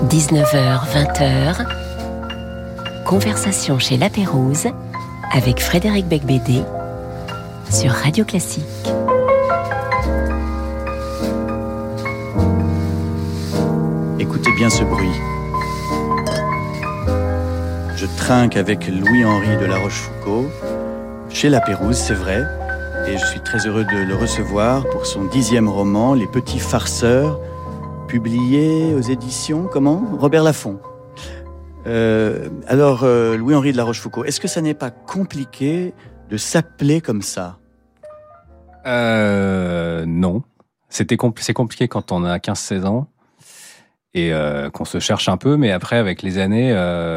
19h-20h, conversation chez La Pérouse avec Frédéric Becbédé sur Radio Classique. Écoutez bien ce bruit. Je trinque avec Louis-Henri de La Rochefoucauld chez La Pérouse, c'est vrai, et je suis très heureux de le recevoir pour son 10e roman, Les Petits Farceurs, publié aux éditions, Robert Laffont. Louis-Henri de La Rochefoucauld, est-ce que ça n'est pas compliqué de s'appeler comme ça ? Non. C'est compliqué quand on a 15-16 ans et qu'on se cherche un peu, mais après, avec les années,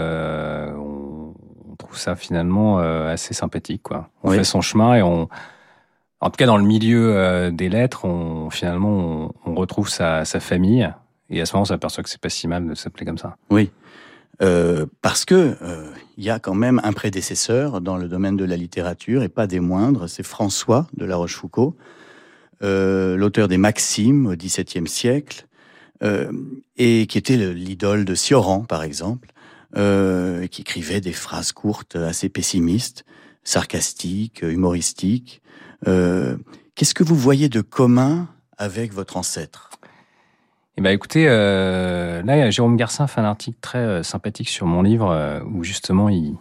on trouve ça finalement assez sympathique, quoi. On fait son chemin et en tout cas, dans le milieu des lettres, on retrouve sa famille. Et à ce moment, on s'aperçoit que c'est pas si mal de s'appeler comme ça. Oui. Parce que il y a quand même un prédécesseur dans le domaine de la littérature, et pas des moindres, c'est François de La Rochefoucauld, l'auteur des Maximes au XVIIe siècle, et qui était l'idole de Cioran, par exemple, qui écrivait des phrases courtes assez pessimistes, sarcastiques, humoristiques. Qu'est-ce que vous voyez de commun avec votre ancêtre ? Eh ben, écoutez, là, Jérôme Garcin fait un article très sympathique sur mon livre où justement il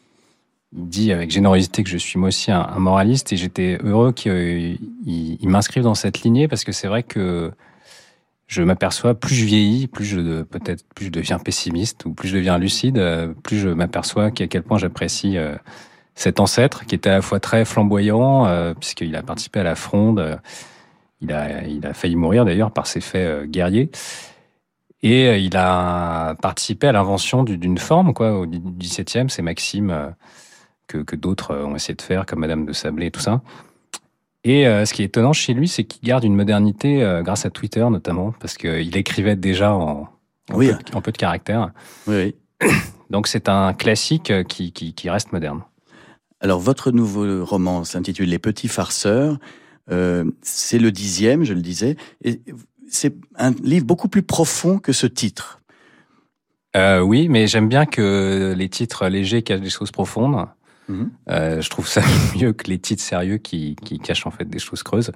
dit avec générosité que je suis moi aussi un moraliste, et j'étais heureux qu'il m'inscrive dans cette lignée, parce que c'est vrai que je m'aperçois, plus je vieillis, plus je deviens pessimiste, ou plus je deviens lucide, plus je m'aperçois à quel point j'apprécie cet ancêtre qui était à la fois très flamboyant, puisqu'il a participé à la Fronde, il a failli mourir d'ailleurs par ses faits guerriers, et il a participé à l'invention d'une forme, quoi, au XVIIe, ces maximes que d'autres ont essayé de faire, comme Madame de Sablé et tout ça. Et ce qui est étonnant chez lui, c'est qu'il garde une modernité grâce à Twitter notamment, parce qu'il écrivait déjà en peu de caractère. Oui. Donc c'est un classique qui reste moderne. Alors, votre nouveau roman s'intitule Les Petits Farceurs. C'est le 10e, je le disais. Et c'est un livre beaucoup plus profond que ce titre. Oui, mais j'aime bien que les titres légers cachent des choses profondes. Je trouve ça mieux que les titres sérieux qui cachent en fait des choses creuses.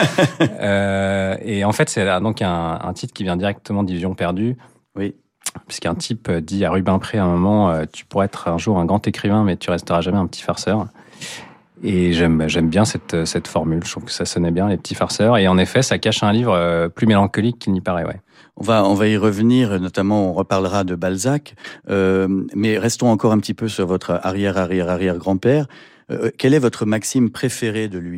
Et en fait, c'est donc un titre qui vient directement d'Illusion perdue. Oui. Puisqu'un type dit à Rubempré à un moment, tu pourrais être un jour un grand écrivain, mais tu resteras jamais un petit farceur. Et j'aime bien cette formule. Je trouve que ça sonnait bien, les petits farceurs. Et en effet, ça cache un livre plus mélancolique qu'il n'y paraît, ouais. On va y revenir, notamment on reparlera de Balzac, mais restons encore un petit peu sur votre arrière-grand-père. Quelle est votre maxime préférée de lui ?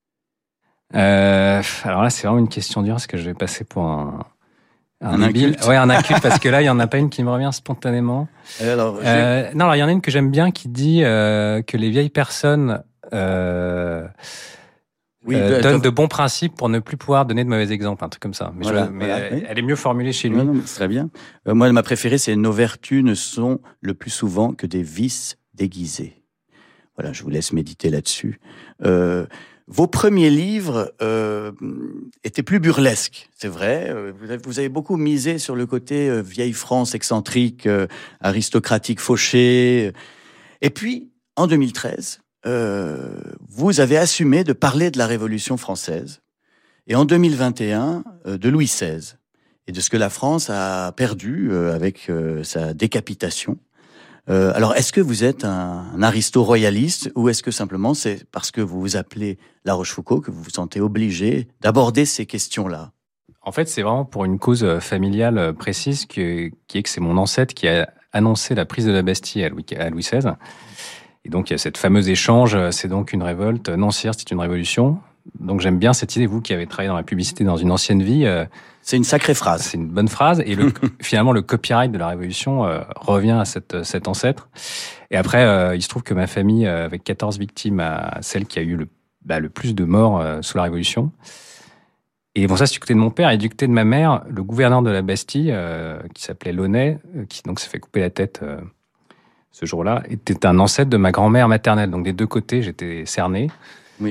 Alors là, c'est vraiment une question dure, parce que je vais passer pour un inculte. Ouais, un inculte, parce que là, il n'y en a pas une qui me revient spontanément. Alors, il y en a une que j'aime bien qui dit que les vieilles personnes donnent de bons principes pour ne plus pouvoir donner de mauvais exemples, un truc comme ça. Mais, elle est mieux formulée chez lui. Non, c'est très bien. Moi, ma préférée, c'est « Nos vertus ne sont le plus souvent que des vices déguisés ». Voilà, je vous laisse méditer là-dessus. Vos premiers livres étaient plus burlesques, c'est vrai. Vous avez beaucoup misé sur le côté vieille France excentrique, aristocratique fauchée. Et puis, en 2013, vous avez assumé de parler de la Révolution française. Et en 2021, de Louis XVI. Et de ce que la France a perdu avec sa décapitation. Alors, est-ce que vous êtes un aristo-royaliste, ou est-ce que simplement c'est parce que vous vous appelez La Rochefoucauld que vous vous sentez obligé d'aborder ces questions-là ? En fait, c'est vraiment pour une cause familiale précise qui est que c'est mon ancêtre qui a annoncé la prise de la Bastille à Louis XVI. Et donc, il y a cette fameuse échange, c'est donc une révolte. Non, sire, c'est une révolution. Donc, j'aime bien cette idée, vous qui avez travaillé dans la publicité dans une ancienne vie. C'est une sacrée phrase. C'est une bonne phrase. Et finalement, le copyright de la Révolution revient à cet ancêtre. Et après, il se trouve que ma famille, avec 14 victimes, a celle qui a eu le plus de morts sous la Révolution. Et bon, ça, c'est du côté de mon père. Et du côté de ma mère, le gouverneur de la Bastille, qui s'appelait Launay, qui donc s'est fait couper la tête ce jour-là, était un ancêtre de ma grand-mère maternelle. Donc, des deux côtés, j'étais cerné. Oui.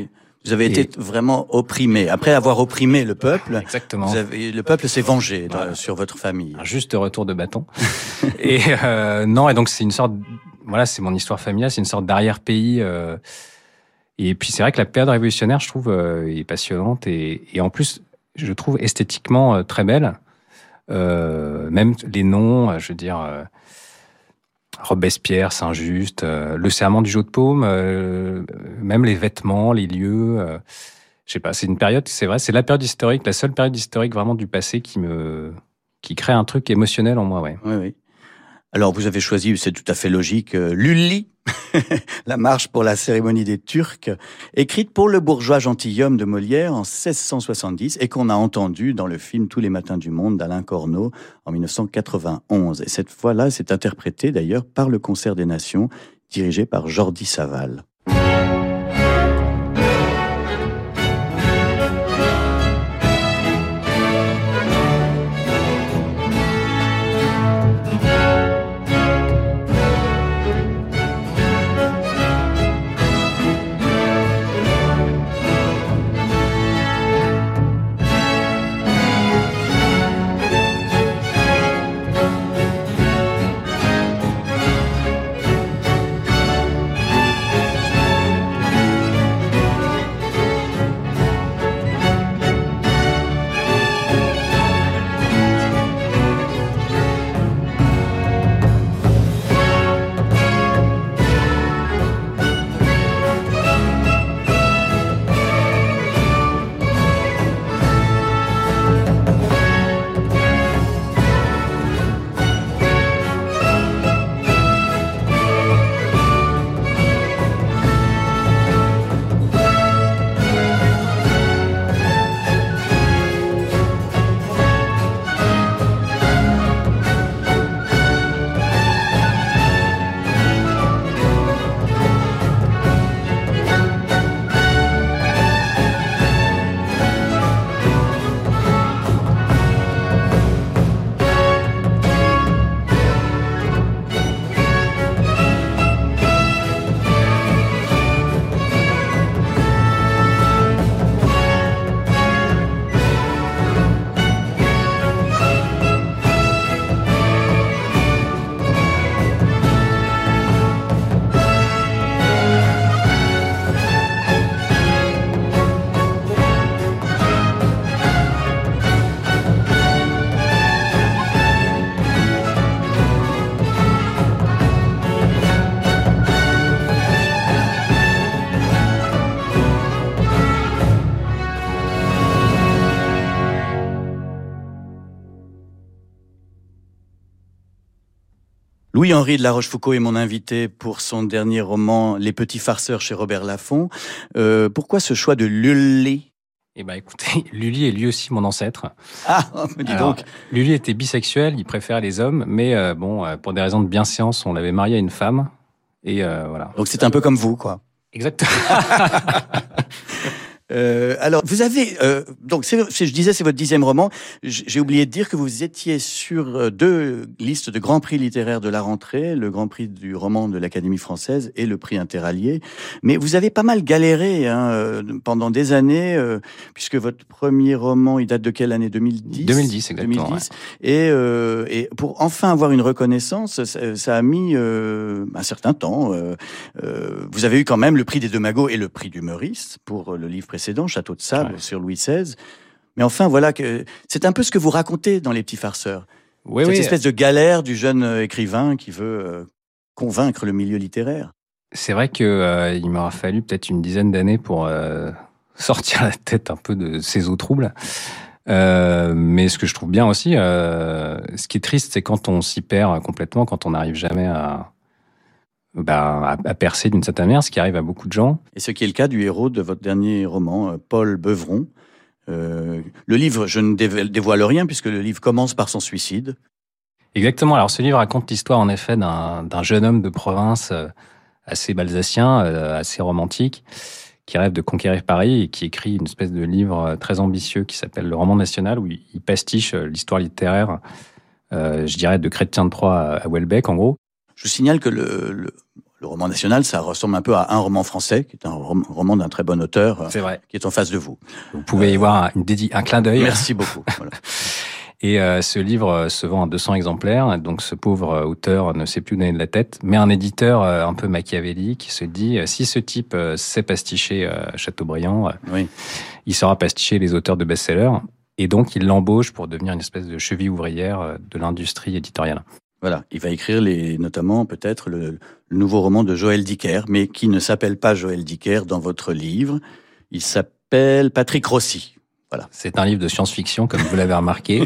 Vous avez été vraiment opprimé. Après avoir opprimé le peuple, exactement. Le peuple s'est vengé sur votre famille. Un juste retour de bâton. Et non, et donc c'est une sorte, voilà, c'est mon histoire familiale, c'est une sorte d'arrière-pays. Et puis c'est vrai que la période révolutionnaire, je trouve, est passionnante et en plus, je trouve esthétiquement très belle. Même les noms, je veux dire, Robespierre, Saint-Just, le serment du Jeu de Paume, même les vêtements, les lieux. Je sais pas, c'est une période, c'est vrai, c'est la période historique, la seule période historique vraiment du passé qui crée un truc émotionnel en moi, ouais. Oui, oui. Alors, vous avez choisi, c'est tout à fait logique, Lully, la marche pour la cérémonie des Turcs, écrite pour le bourgeois gentilhomme de Molière en 1670 et qu'on a entendu dans le film Tous les matins du monde d'Alain Corneau en 1991. Et cette fois-là, c'est interprété d'ailleurs par le Concert des Nations, dirigé par Jordi Savall. Louis-Henri de La Rochefoucauld est mon invité pour son dernier roman Les Petits Farceurs chez Robert Laffont. Pourquoi ce choix de Lully ? Eh ben, écoutez, Lully est lui aussi mon ancêtre. Ah, dis donc. Lully était bisexuel, il préférait les hommes, mais pour des raisons de bienséance, on l'avait marié à une femme. Et voilà. Donc c'est un peu comme vous, quoi. Exactement. Alors, vous avez donc je disais c'est votre 10e roman. J'ai oublié de dire que vous étiez sur 2 listes de grands prix littéraires de la rentrée, le Grand Prix du roman de l'Académie française et le prix Interallié. Mais vous avez pas mal galéré pendant des années, puisque votre premier roman, il date de quelle année ? 2010. 2010 exactement. 2010. Ouais. Et pour enfin avoir une reconnaissance, ça a mis un certain temps. Vous avez eu quand même le prix des Deux Magots et le prix du Meurice pour le livre précédent, Château de sable, sur Louis XVI. Mais enfin, voilà, que c'est un peu ce que vous racontez dans Les Petits Farceurs. Cette espèce de galère du jeune écrivain qui veut convaincre le milieu littéraire. C'est vrai qu'il m'aura fallu peut-être une dizaine d'années pour sortir la tête un peu de ces eaux troubles. Mais ce que je trouve bien aussi, ce qui est triste, c'est quand on s'y perd complètement, quand on n'arrive jamais à percer d'une certaine manière, ce qui arrive à beaucoup de gens. Et ce qui est le cas du héros de votre dernier roman, Paul Beuvron. Le livre, je ne dévoile rien, puisque le livre commence par son suicide. Exactement. Alors, ce livre raconte l'histoire, en effet, d'un jeune homme de province assez balsacien, assez romantique, qui rêve de conquérir Paris et qui écrit une espèce de livre très ambitieux qui s'appelle Le Roman National, où il pastiche l'histoire littéraire, je dirais, de Chrétien de Troyes à Houellebecq, en gros. Je vous signale que le roman national, ça ressemble un peu à un roman français, qui est un roman d'un très bon auteur, C'est vrai. qui est en face de vous. Vous pouvez y voir un clin d'œil. Merci beaucoup. Voilà. Et ce livre se vend à 200 exemplaires, donc ce pauvre auteur ne sait plus où donner de la tête, mais un éditeur un peu machiavélique se dit, si ce type sait pasticher Chateaubriand, Oui. il saura pasticher les auteurs de best-sellers, et donc il l'embauche pour devenir une espèce de cheville ouvrière de l'industrie éditoriale. Voilà, il va écrire notamment peut-être le nouveau roman de Joël Dicker, mais qui ne s'appelle pas Joël Dicker dans votre livre. Il s'appelle Patrick Rossi. Voilà. C'est un livre de science-fiction, comme vous l'avez remarqué.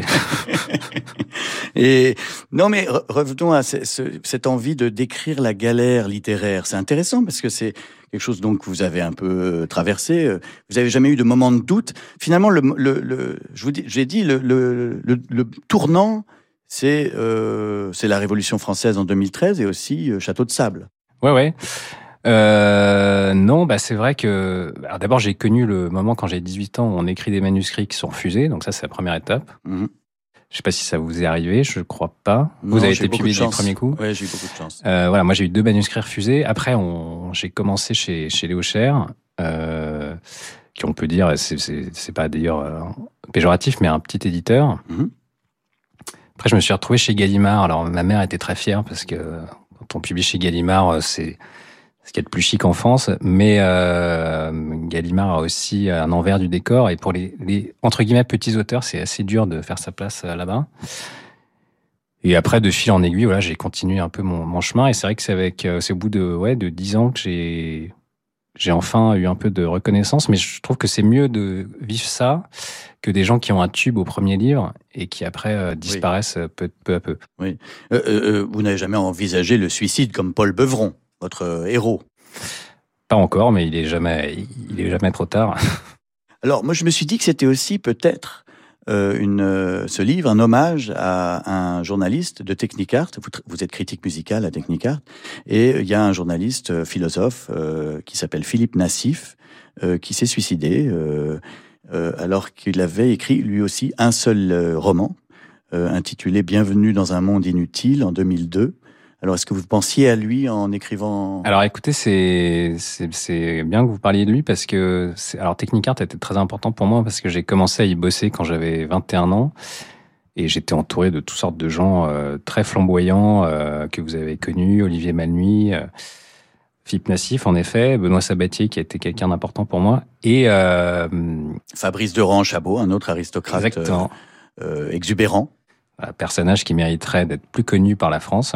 Et non, mais revenons à cette envie de décrire la galère littéraire. C'est intéressant parce que c'est quelque chose donc que vous avez un peu traversé. Vous avez jamais eu de moment de doute. Finalement, j'ai dit le tournant, c'est la Révolution française en 2013 et aussi Château de sable. Ouais. Non, c'est vrai que... Alors d'abord, j'ai connu le moment quand j'ai 18 ans où on écrit des manuscrits qui sont refusés. Donc ça, c'est la première étape. Mm-hmm. Je sais pas si ça vous est arrivé, je crois pas. Non, vous avez été publié du premier coup. Ouais, j'ai eu beaucoup de chance. Voilà, moi j'ai eu 2 manuscrits refusés. Après, j'ai commencé chez Léo Cher, qui on peut dire, c'est pas d'ailleurs péjoratif, mais un petit éditeur. Mm-hmm. Après, je me suis retrouvé chez Gallimard. Alors ma mère était très fière parce que quand on publie chez Gallimard, c'est ce qu'il y a de plus chic en France, mais Gallimard a aussi un envers du décor, et pour les entre guillemets petits auteurs, c'est assez dur de faire sa place là-bas. Et après, de fil en aiguille, voilà, j'ai continué un peu mon chemin, et c'est vrai que c'est au bout de 10 ans que j'ai enfin eu un peu de reconnaissance, mais je trouve que c'est mieux de vivre ça que des gens qui ont un tube au premier livre et qui après disparaissent peu à peu. Oui. Vous n'avez jamais envisagé le suicide comme Paul Beuvron, votre héros? Pas encore, mais il est jamais trop tard. Alors, moi, je me suis dit que c'était aussi peut-être ce livre, un hommage à un journaliste de Technicart. Vous êtes critique musicale à Technicart, et il y a un journaliste philosophe qui s'appelle Philippe Nassif, qui s'est suicidé alors qu'il avait écrit lui aussi un seul roman intitulé Bienvenue dans un monde inutile en 2002. Alors, est-ce que vous pensiez à lui en écrivant? Alors, écoutez, c'est bien que vous parliez de lui parce que alors Technicart était très important pour moi parce que j'ai commencé à y bosser quand j'avais 21 ans et j'étais entouré de toutes sortes de gens très flamboyants que vous avez connus, Olivier Malnuis, Philippe Nassif, en effet, Benoît Sabatier qui a été quelqu'un d'important pour moi, et Fabrice de Range-Chabot, un autre aristocrate exubérant. Un personnage qui mériterait d'être plus connu par la France.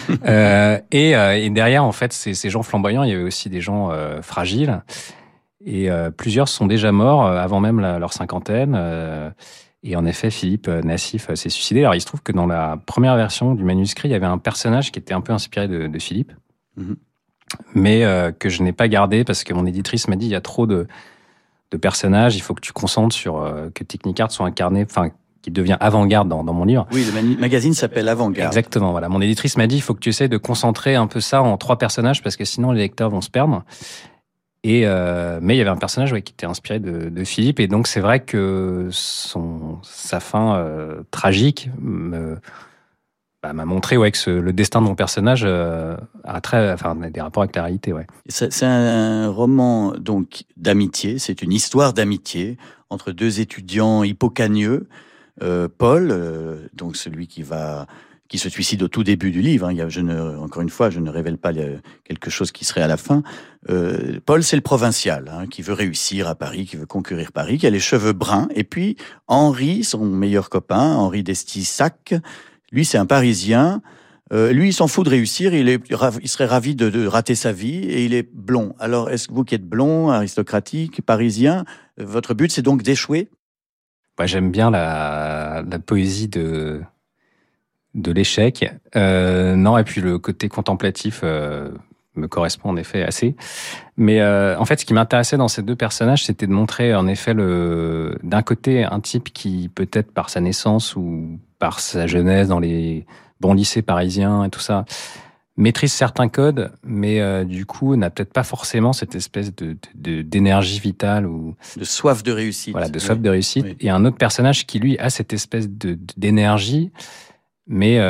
Et derrière, en fait, ces gens flamboyants, il y avait aussi des gens fragiles. Et plusieurs sont déjà morts avant même leur cinquantaine. Et en effet, Philippe Nassif s'est suicidé. Alors, il se trouve que dans la première version du manuscrit, il y avait un personnage qui était un peu inspiré de Philippe, mais que je n'ai pas gardé parce que mon éditrice m'a dit il y a trop de personnages, il faut que tu concentres sur que Technicart soit incarné, enfin, qui devient avant-garde dans mon livre. Oui, le magazine s'appelle Avant-garde. Exactement, voilà. Mon éditrice m'a dit, il faut que tu essaies de concentrer un peu ça en 3 personnages, parce que sinon les lecteurs vont se perdre. Et mais il y avait un personnage qui était inspiré de Philippe, et donc c'est vrai que sa fin tragique m'a montré que le destin de mon personnage a des rapports avec la réalité. Ouais. C'est un roman donc d'amitié, c'est une histoire d'amitié entre 2 étudiants hypocagneux. Paul, donc celui qui se suicide au tout début du livre, encore une fois, je ne révèle pas quelque chose qui serait à la fin. Paul, c'est le provincial, qui veut réussir à Paris, qui veut conquérir Paris, qui a les cheveux bruns. Et puis Henri, son meilleur copain, Henri d'Estissac, lui, c'est un Parisien. Lui, il s'en fout de réussir, il serait ravi de rater sa vie, et il est blond. Alors, est-ce que vous qui êtes blond, aristocratique, parisien, votre but, c'est donc d'échouer? J'aime bien la poésie de l'échec. Non, et puis le côté contemplatif me correspond en effet assez. Mais en fait, ce qui m'intéressait dans ces 2 personnages, c'était de montrer en effet d'un côté un type qui, peut-être par sa naissance ou par sa jeunesse dans les bons lycées parisiens et tout ça, maîtrise certains codes, mais du coup n'a peut-être pas forcément cette espèce d'énergie vitale ou de soif de réussite. Voilà, de soif de réussite. Oui. Et un autre personnage qui lui a cette espèce d'énergie, mais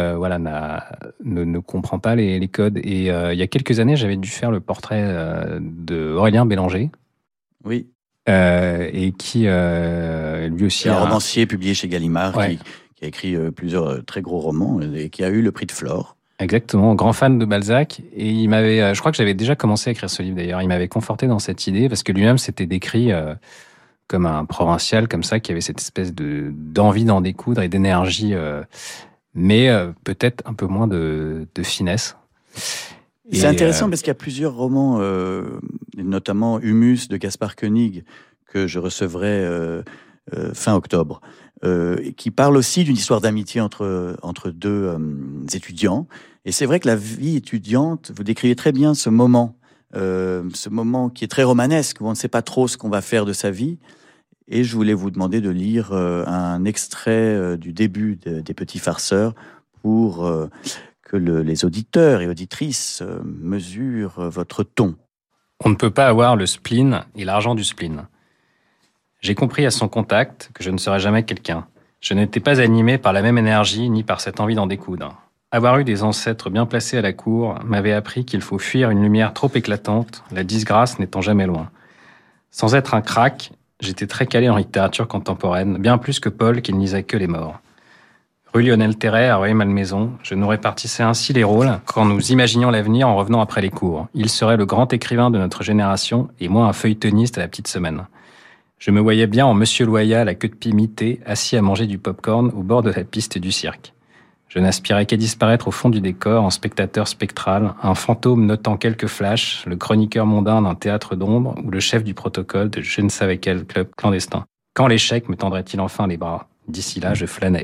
ne comprend pas les codes. Et il y a quelques années, j'avais dû faire le portrait de Aurélien Bélanger. Oui. Et qui, lui aussi... un romancier publié chez Gallimard, ouais. qui a écrit plusieurs très gros romans et qui a eu le prix de Flore. Exactement, grand fan de Balzac. Et il m'avait, je crois que j'avais déjà commencé à écrire ce livre d'ailleurs, il m'avait conforté dans cette idée, parce que lui-même s'était décrit comme un provincial, comme ça, qui avait cette espèce d'envie d'en découdre et d'énergie, mais peut-être un peu moins de finesse. C'est intéressant parce qu'il y a plusieurs romans, notamment Humus de Gaspard Koenig, que je recevrai fin octobre, qui parle aussi d'une histoire d'amitié entre deux étudiants. Et c'est vrai que la vie étudiante, vous décrivez très bien ce moment qui est très romanesque, où on ne sait pas trop ce qu'on va faire de sa vie. Et je voulais vous demander de lire un extrait du début des Petits Farceurs pour que les auditeurs et auditrices mesurent votre ton. On ne peut pas avoir le spleen et l'argent du spleen. J'ai compris à son contact que je ne serais jamais quelqu'un. Je n'étais pas animé par la même énergie ni par cette envie d'en découdre. Avoir eu des ancêtres bien placés à la cour m'avait appris qu'il faut fuir une lumière trop éclatante, la disgrâce n'étant jamais loin. Sans être un crack, j'étais très calé en littérature contemporaine, bien plus que Paul qui ne lisait que les morts. Rue Lionel Terray, à Rueil-Malmaison, je nous répartissais ainsi les rôles quand nous imaginions l'avenir en revenant après les cours. Il serait le grand écrivain de notre génération et moi un feuilletoniste à la petite semaine. Je me voyais bien en Monsieur Loyat, la queue de pied mitée, assis à manger du popcorn au bord de la piste du cirque. Je n'aspirais qu'à disparaître au fond du décor en spectateur spectral, un fantôme notant quelques flashs, le chroniqueur mondain d'un théâtre d'ombre ou le chef du protocole de je ne savais quel club clandestin. Quand l'échec me tendrait-il enfin les bras ? D'ici là, je flânais.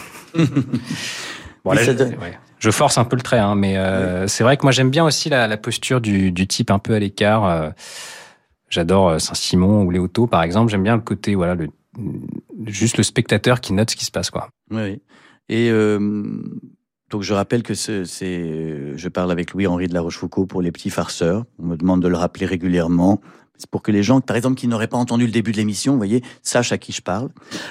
Bon, là, je force un peu le trait, hein, mais c'est vrai que moi j'aime bien aussi la posture du type un peu à l'écart. J'adore Saint-Simon ou Léoto, par exemple. J'aime bien le côté, voilà, juste le spectateur qui note ce qui se passe, quoi. Oui. Et donc je rappelle que je parle avec Louis-Henri de La Rochefoucauld pour Les Petits Farceurs. On me demande de le rappeler régulièrement. C'est pour que les gens, par exemple, qui n'auraient pas entendu le début de l'émission, vous voyez, sachent à qui je parle.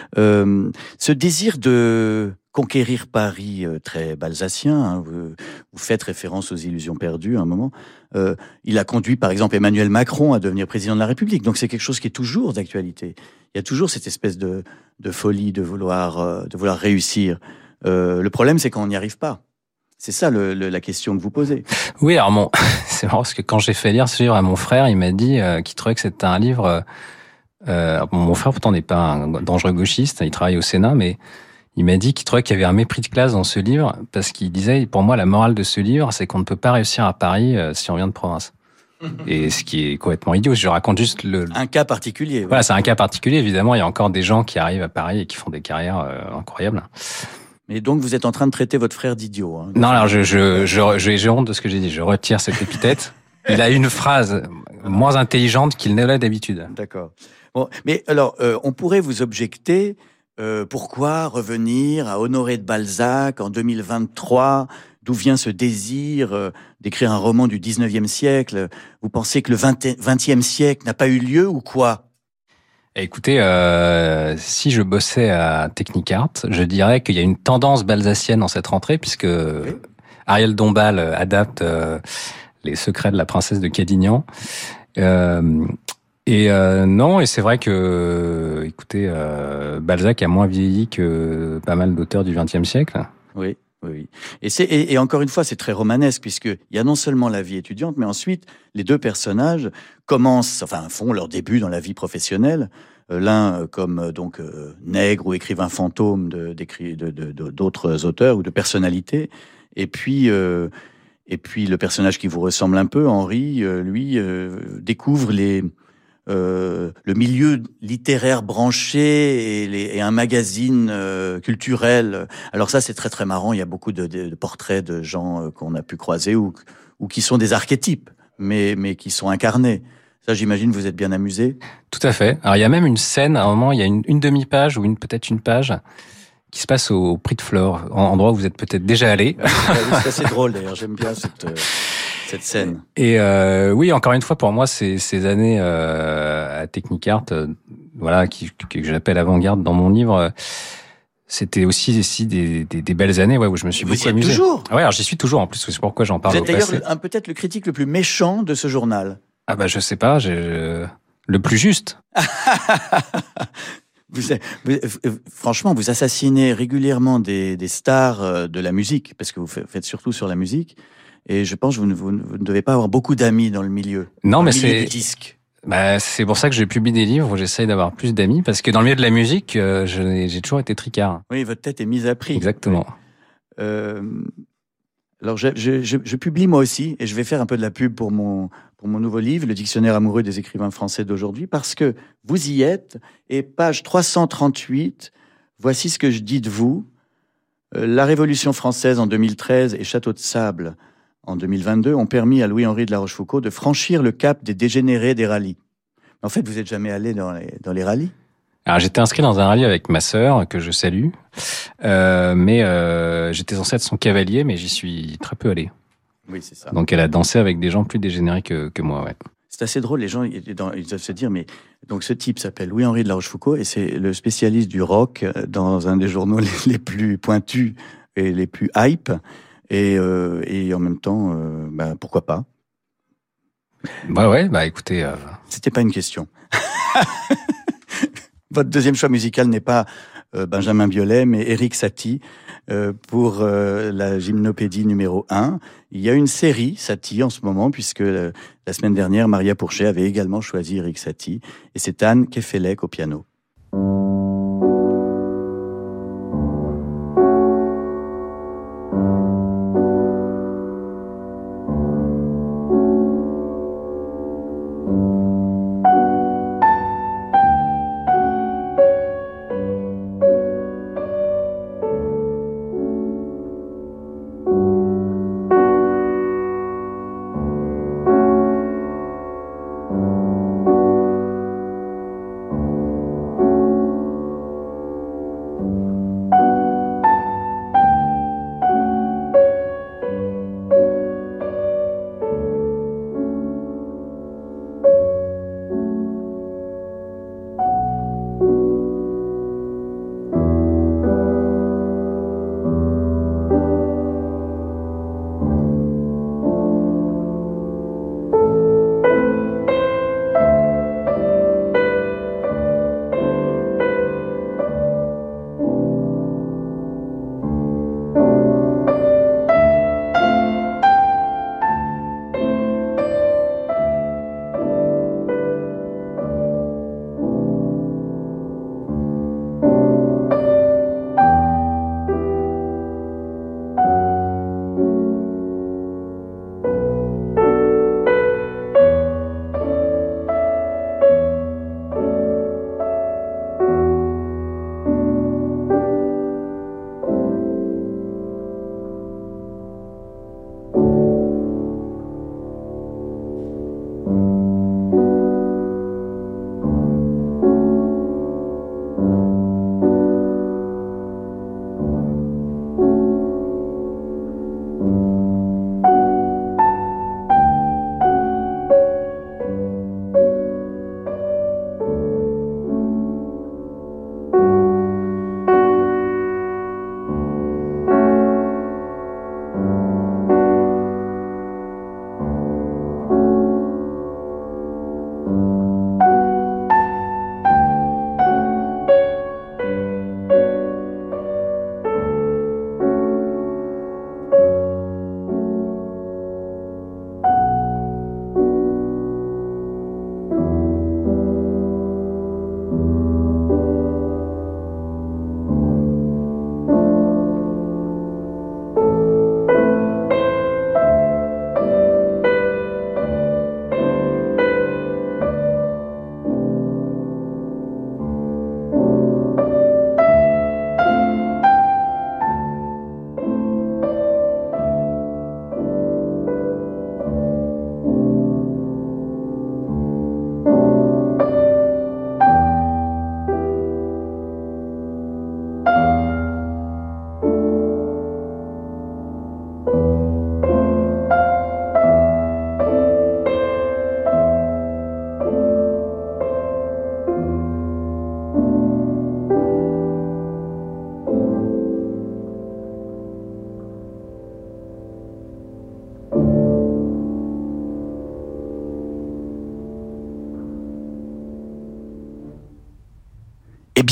Ce désir de conquérir Paris, très balzacien, hein, vous faites référence aux illusions perdues à un moment, il a conduit, par exemple, Emmanuel Macron à devenir président de la République. Donc c'est quelque chose qui est toujours d'actualité. Il y a toujours cette espèce de folie de vouloir réussir. Le problème, c'est qu'on n'y arrive pas. C'est ça la question que vous posez. Oui, alors c'est marrant parce que quand j'ai fait lire ce livre à mon frère, il m'a dit qu'il trouvait que c'était un livre... mon frère, pourtant, n'est pas un dangereux gauchiste, il travaille au Sénat, mais il m'a dit qu'il trouvait qu'il y avait un mépris de classe dans ce livre parce qu'il disait, pour moi, la morale de ce livre, c'est qu'on ne peut pas réussir à Paris si on vient de province. Et ce qui est complètement idiot. Je raconte juste un cas particulier. Voilà, c'est un cas particulier. Évidemment, il y a encore des gens qui arrivent à Paris et qui font des carrières incroyables. Mais donc, vous êtes en train de traiter votre frère d'idiot. Hein, non, alors j'ai honte de ce que j'ai dit. Je retire cette épithète. Il a une phrase moins intelligente qu'il ne l'a d'habitude. D'accord. Bon, mais alors, on pourrait vous objecter pourquoi revenir à Honoré de Balzac en 2023 ? D'où vient ce désir d'écrire un roman du 19e siècle ? Vous pensez que le 20e siècle n'a pas eu lieu ou quoi ? Écoutez, si je bossais à Technicart, je dirais qu'il y a une tendance balzacienne dans cette rentrée, puisque Ariel Dombal adapte Les secrets de la princesse de Cadignan. Non, et c'est vrai que, écoutez, Balzac a moins vieilli que pas mal d'auteurs du XXe siècle. Oui. Oui. Et encore une fois, c'est très romanesque, puisqu'il y a non seulement la vie étudiante, mais ensuite, les deux personnages font leur début dans la vie professionnelle. L'un comme nègre ou écrivain fantôme d'autres auteurs ou de personnalités. Et puis le personnage qui vous ressemble un peu, Henri, lui, découvre le milieu littéraire branché et un magazine culturel. Alors ça, c'est très très marrant. Il y a beaucoup de portraits de gens qu'on a pu croiser ou qui sont des archétypes, mais qui sont incarnés. Ça, j'imagine, vous êtes bien amusé. Tout à fait. Alors il y a même une scène, à un moment, il y a une demi-page ou peut-être une page qui se passe au Prix de Flore, endroit où vous êtes peut-être déjà allé. C'est assez drôle d'ailleurs. J'aime bien cette scène. Et oui, encore une fois, pour moi, ces années à Technicart, voilà, que j'appelle avant-garde dans mon livre, c'était aussi des belles années où je me suis beaucoup amusé. Toujours. Ouais, alors j'y suis toujours en plus, c'est pourquoi j'en parle. Vous êtes d'ailleurs peut-être le critique le plus méchant de ce journal. Ah bah je sais pas, le plus juste. Franchement, vous assassinez régulièrement des stars de la musique, parce que vous faites surtout sur la musique, et je pense que vous ne devez pas avoir beaucoup d'amis dans le milieu. Non, mais c'est du disque. Bah, c'est pour ça que je publie des livres où j'essaye d'avoir plus d'amis, parce que dans le milieu de la musique, j'ai toujours été tricard. Oui, votre tête est mise à prix. Exactement. Alors, je publie moi aussi, et je vais faire un peu de la pub pour mon nouveau livre, Le Dictionnaire amoureux des écrivains français d'aujourd'hui, parce que vous y êtes, et page 338, voici ce que je dis de vous. La Révolution française en 2013 et Château de Sable en 2022 ont permis à Louis-Henri de La Rochefoucauld de franchir le cap des dégénérés des rallyes. En fait, vous n'êtes jamais allé dans les rallyes ? Alors j'étais inscrit dans un rallye avec ma sœur, que je salue, mais j'étais censé être son cavalier, mais j'y suis très peu allé. Oui, c'est ça. Donc elle a dansé avec des gens plus dégénérés que moi, ouais. C'est assez drôle, les gens ils doivent se dire, mais donc ce type s'appelle Louis-Henri de La Rochefoucauld et c'est le spécialiste du rock dans un des journaux les plus pointus et les plus hype, et en même temps, pourquoi pas ? Bah écoutez... C'était pas une question. Votre deuxième choix musical n'est pas Benjamin Biolay, mais Éric Satie pour la gymnopédie numéro 1. Il y a une série Satie en ce moment, puisque la semaine dernière, Maria Pourchet avait également choisi Éric Satie, et c'est Anne Kefelec au piano.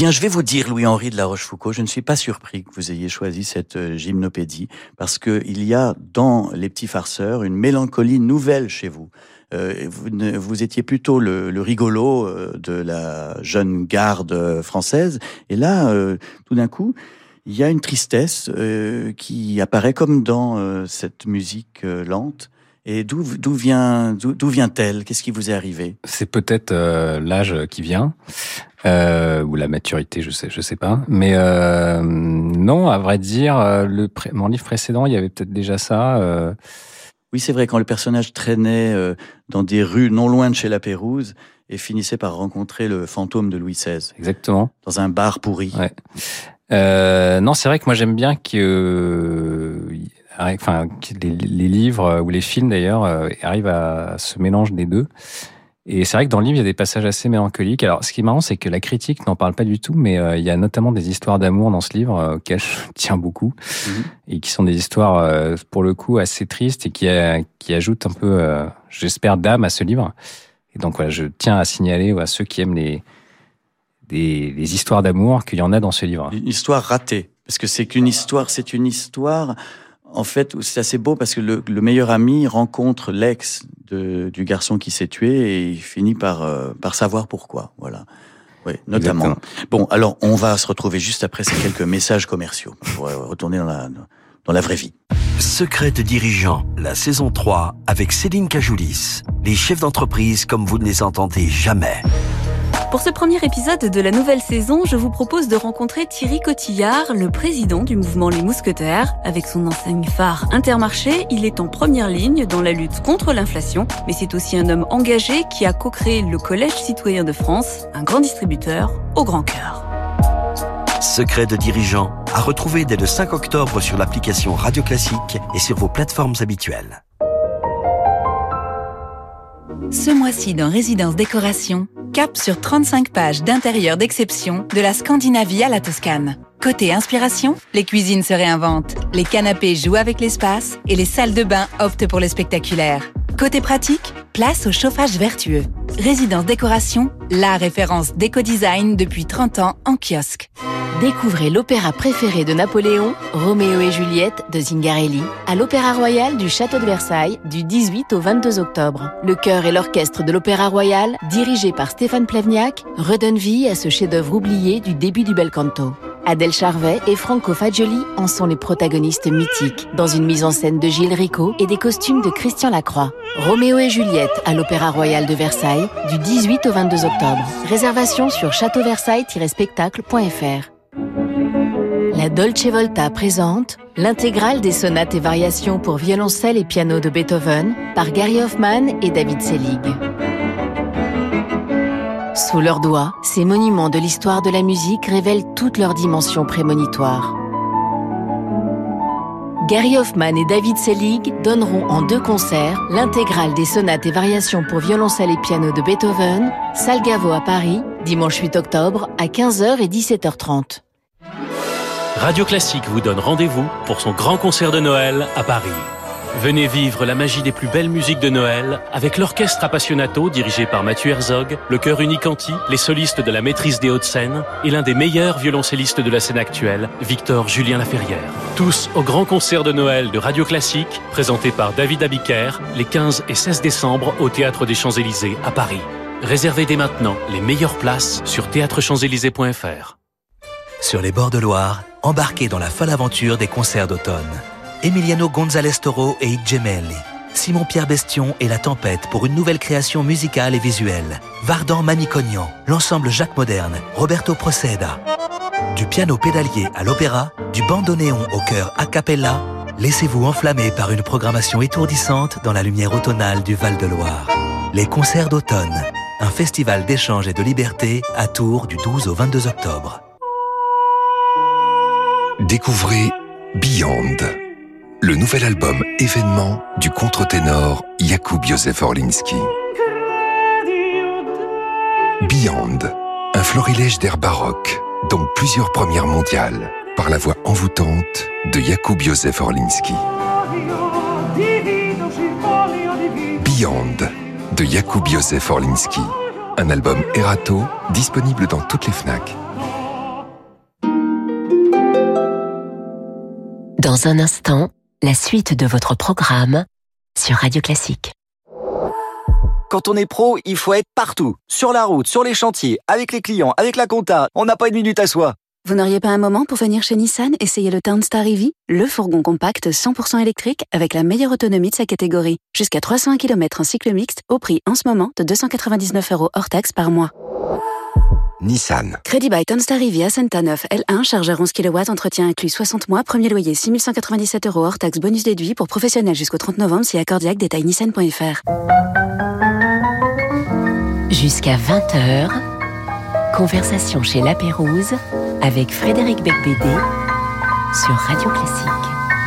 bien, je vais vous dire, Louis-Henri de La Rochefoucauld, je ne suis pas surpris que vous ayez choisi cette gymnopédie, parce que il y a dans Les Petits Farceurs une mélancolie nouvelle chez vous. Vous étiez plutôt le rigolo de la jeune garde française, et là, tout d'un coup, il y a une tristesse qui apparaît comme dans cette musique lente. Et d'où vient-elle? Qu'est-ce qui vous est arrivé? C'est peut-être l'âge qui vient, ou la maturité, je sais pas. Mais non, à vrai dire, mon livre précédent, il y avait peut-être déjà ça. Oui, c'est vrai, quand le personnage traînait dans des rues non loin de chez la Pérouse et finissait par rencontrer le fantôme de Louis XVI. Exactement. Dans un bar pourri. Ouais. Non, c'est vrai que moi j'aime bien que les livres ou les films d'ailleurs arrivent à ce mélange des deux. Et c'est vrai que dans le livre il y a des passages assez mélancoliques. Alors ce qui est marrant, c'est que la critique n'en parle pas du tout, mais il y a notamment des histoires d'amour dans ce livre auxquelles je tiens beaucoup, et qui sont des histoires pour le coup assez tristes et qui ajoutent un peu, j'espère, d'âme à ce livre. Et donc voilà, je tiens à signaler à ceux qui aiment les histoires d'amour qu'il y en a dans ce livre. Une histoire ratée, parce que c'est une histoire. En fait, c'est assez beau parce que le meilleur ami rencontre l'ex du garçon qui s'est tué et il finit par savoir pourquoi. Voilà. Oui, notamment. Exactement. Bon, alors on va se retrouver juste après ces quelques messages commerciaux pour retourner dans la vraie vie. Secret de dirigeant, la saison 3 avec Céline Cajoulis. Les chefs d'entreprise comme vous ne les entendez jamais. Pour ce premier épisode de la nouvelle saison, je vous propose de rencontrer Thierry Cotillard, le président du mouvement Les Mousquetaires. Avec son enseigne phare Intermarché, il est en première ligne dans la lutte contre l'inflation, mais c'est aussi un homme engagé qui a co-créé le Collège citoyen de France, un grand distributeur au grand cœur. Secret de dirigeant, à retrouver dès le 5 octobre sur l'application Radio Classique et sur vos plateformes habituelles. Ce mois-ci dans Résidence Décoration, cap sur 35 pages d'intérieur d'exception de la Scandinavie à la Toscane. Côté inspiration, les cuisines se réinventent, les canapés jouent avec l'espace et les salles de bain optent pour le spectaculaire. Côté pratique, place au chauffage vertueux. Résidence Décoration, la référence déco-design depuis 30 ans en kiosque. Découvrez l'opéra préféré de Napoléon, Roméo et Juliette de Zingarelli, à l'Opéra Royal du Château de Versailles du 18 au 22 octobre. Le chœur et l'orchestre de l'Opéra Royal, dirigé par Stéphane Plevniak, redonnent vie à ce chef-d'œuvre oublié du début du bel canto. Adèle Charvet et Franco Fagioli en sont les protagonistes mythiques, dans une mise en scène de Gilles Rico et des costumes de Christian Lacroix. Roméo et Juliette à l'Opéra Royal de Versailles du 18 au 22 octobre. Réservation sur châteauversailles-spectacle.fr. La Dolce Volta présente l'intégrale des sonates et variations pour violoncelle et piano de Beethoven par Gary Hoffman et David Selig. Sous leurs doigts, ces monuments de l'histoire de la musique révèlent toutes leurs dimensions prémonitoires. Gary Hoffman et David Selig donneront en 2 concerts l'intégrale des sonates et variations pour violoncelle et piano de Beethoven, Salle Gaveau à Paris, dimanche 8 octobre à 15h et 17h30. Radio Classique vous donne rendez-vous pour son grand concert de Noël à Paris. Venez vivre la magie des plus belles musiques de Noël avec l'orchestre Appassionato dirigé par Mathieu Herzog, le chœur Unicanti, les solistes de la Maîtrise des Hauts-de-Seine et l'un des meilleurs violoncellistes de la scène actuelle, Victor Julien Laferrière. Tous au grand concert de Noël de Radio Classique, présenté par David Abiker, les 15 et 16 décembre au Théâtre des Champs-Élysées à Paris. Réservez dès maintenant les meilleures places sur théâtrechamps-élysées.fr. Sur les bords de Loire, embarquez dans la folle aventure des concerts d'automne. Emiliano González Toro et Gemelli. Simon-Pierre Bestion et La Tempête pour une nouvelle création musicale et visuelle. Vardan Mamikonian, l'ensemble Jacques Moderne, Roberto Proceda. Du piano pédalier à l'opéra, du bandoneon au chœur a cappella, laissez-vous enflammer par une programmation étourdissante dans la lumière automnale du Val-de-Loire. Les concerts d'automne, un festival d'échange et de liberté à Tours du 12 au 22 octobre. Découvrez Beyond, le nouvel album événement du contre-ténor Jakub Józef Orliński. Beyond, un florilège d'air baroque, dont plusieurs premières mondiales, par la voix envoûtante de Jakub Józef Orliński. Beyond, de Jakub Józef Orliński, un album Erato disponible dans toutes les Fnac. Dans un instant, la suite de votre programme sur Radio Classique. Quand on est pro, il faut être partout. Sur la route, sur les chantiers, avec les clients, avec la compta. On n'a pas une minute à soi. Vous n'auriez pas un moment pour venir chez Nissan essayer le Townstar EV, le fourgon compact 100% électrique avec la meilleure autonomie de sa catégorie. Jusqu'à 301 km en cycle mixte au prix en ce moment de 299 € hors taxe par mois. Nissan. Crédit by Townstar EV Ascenta 9 L1, chargeur 11 kW, entretien inclus 60 mois, premier loyer 6 197 € hors taxe bonus déduit pour professionnels jusqu'au 30 novembre si accordiaque, détail nissan.fr. Jusqu'à 20h, conversation chez La Pérouse avec Frédéric Becbédé sur Radio Classique.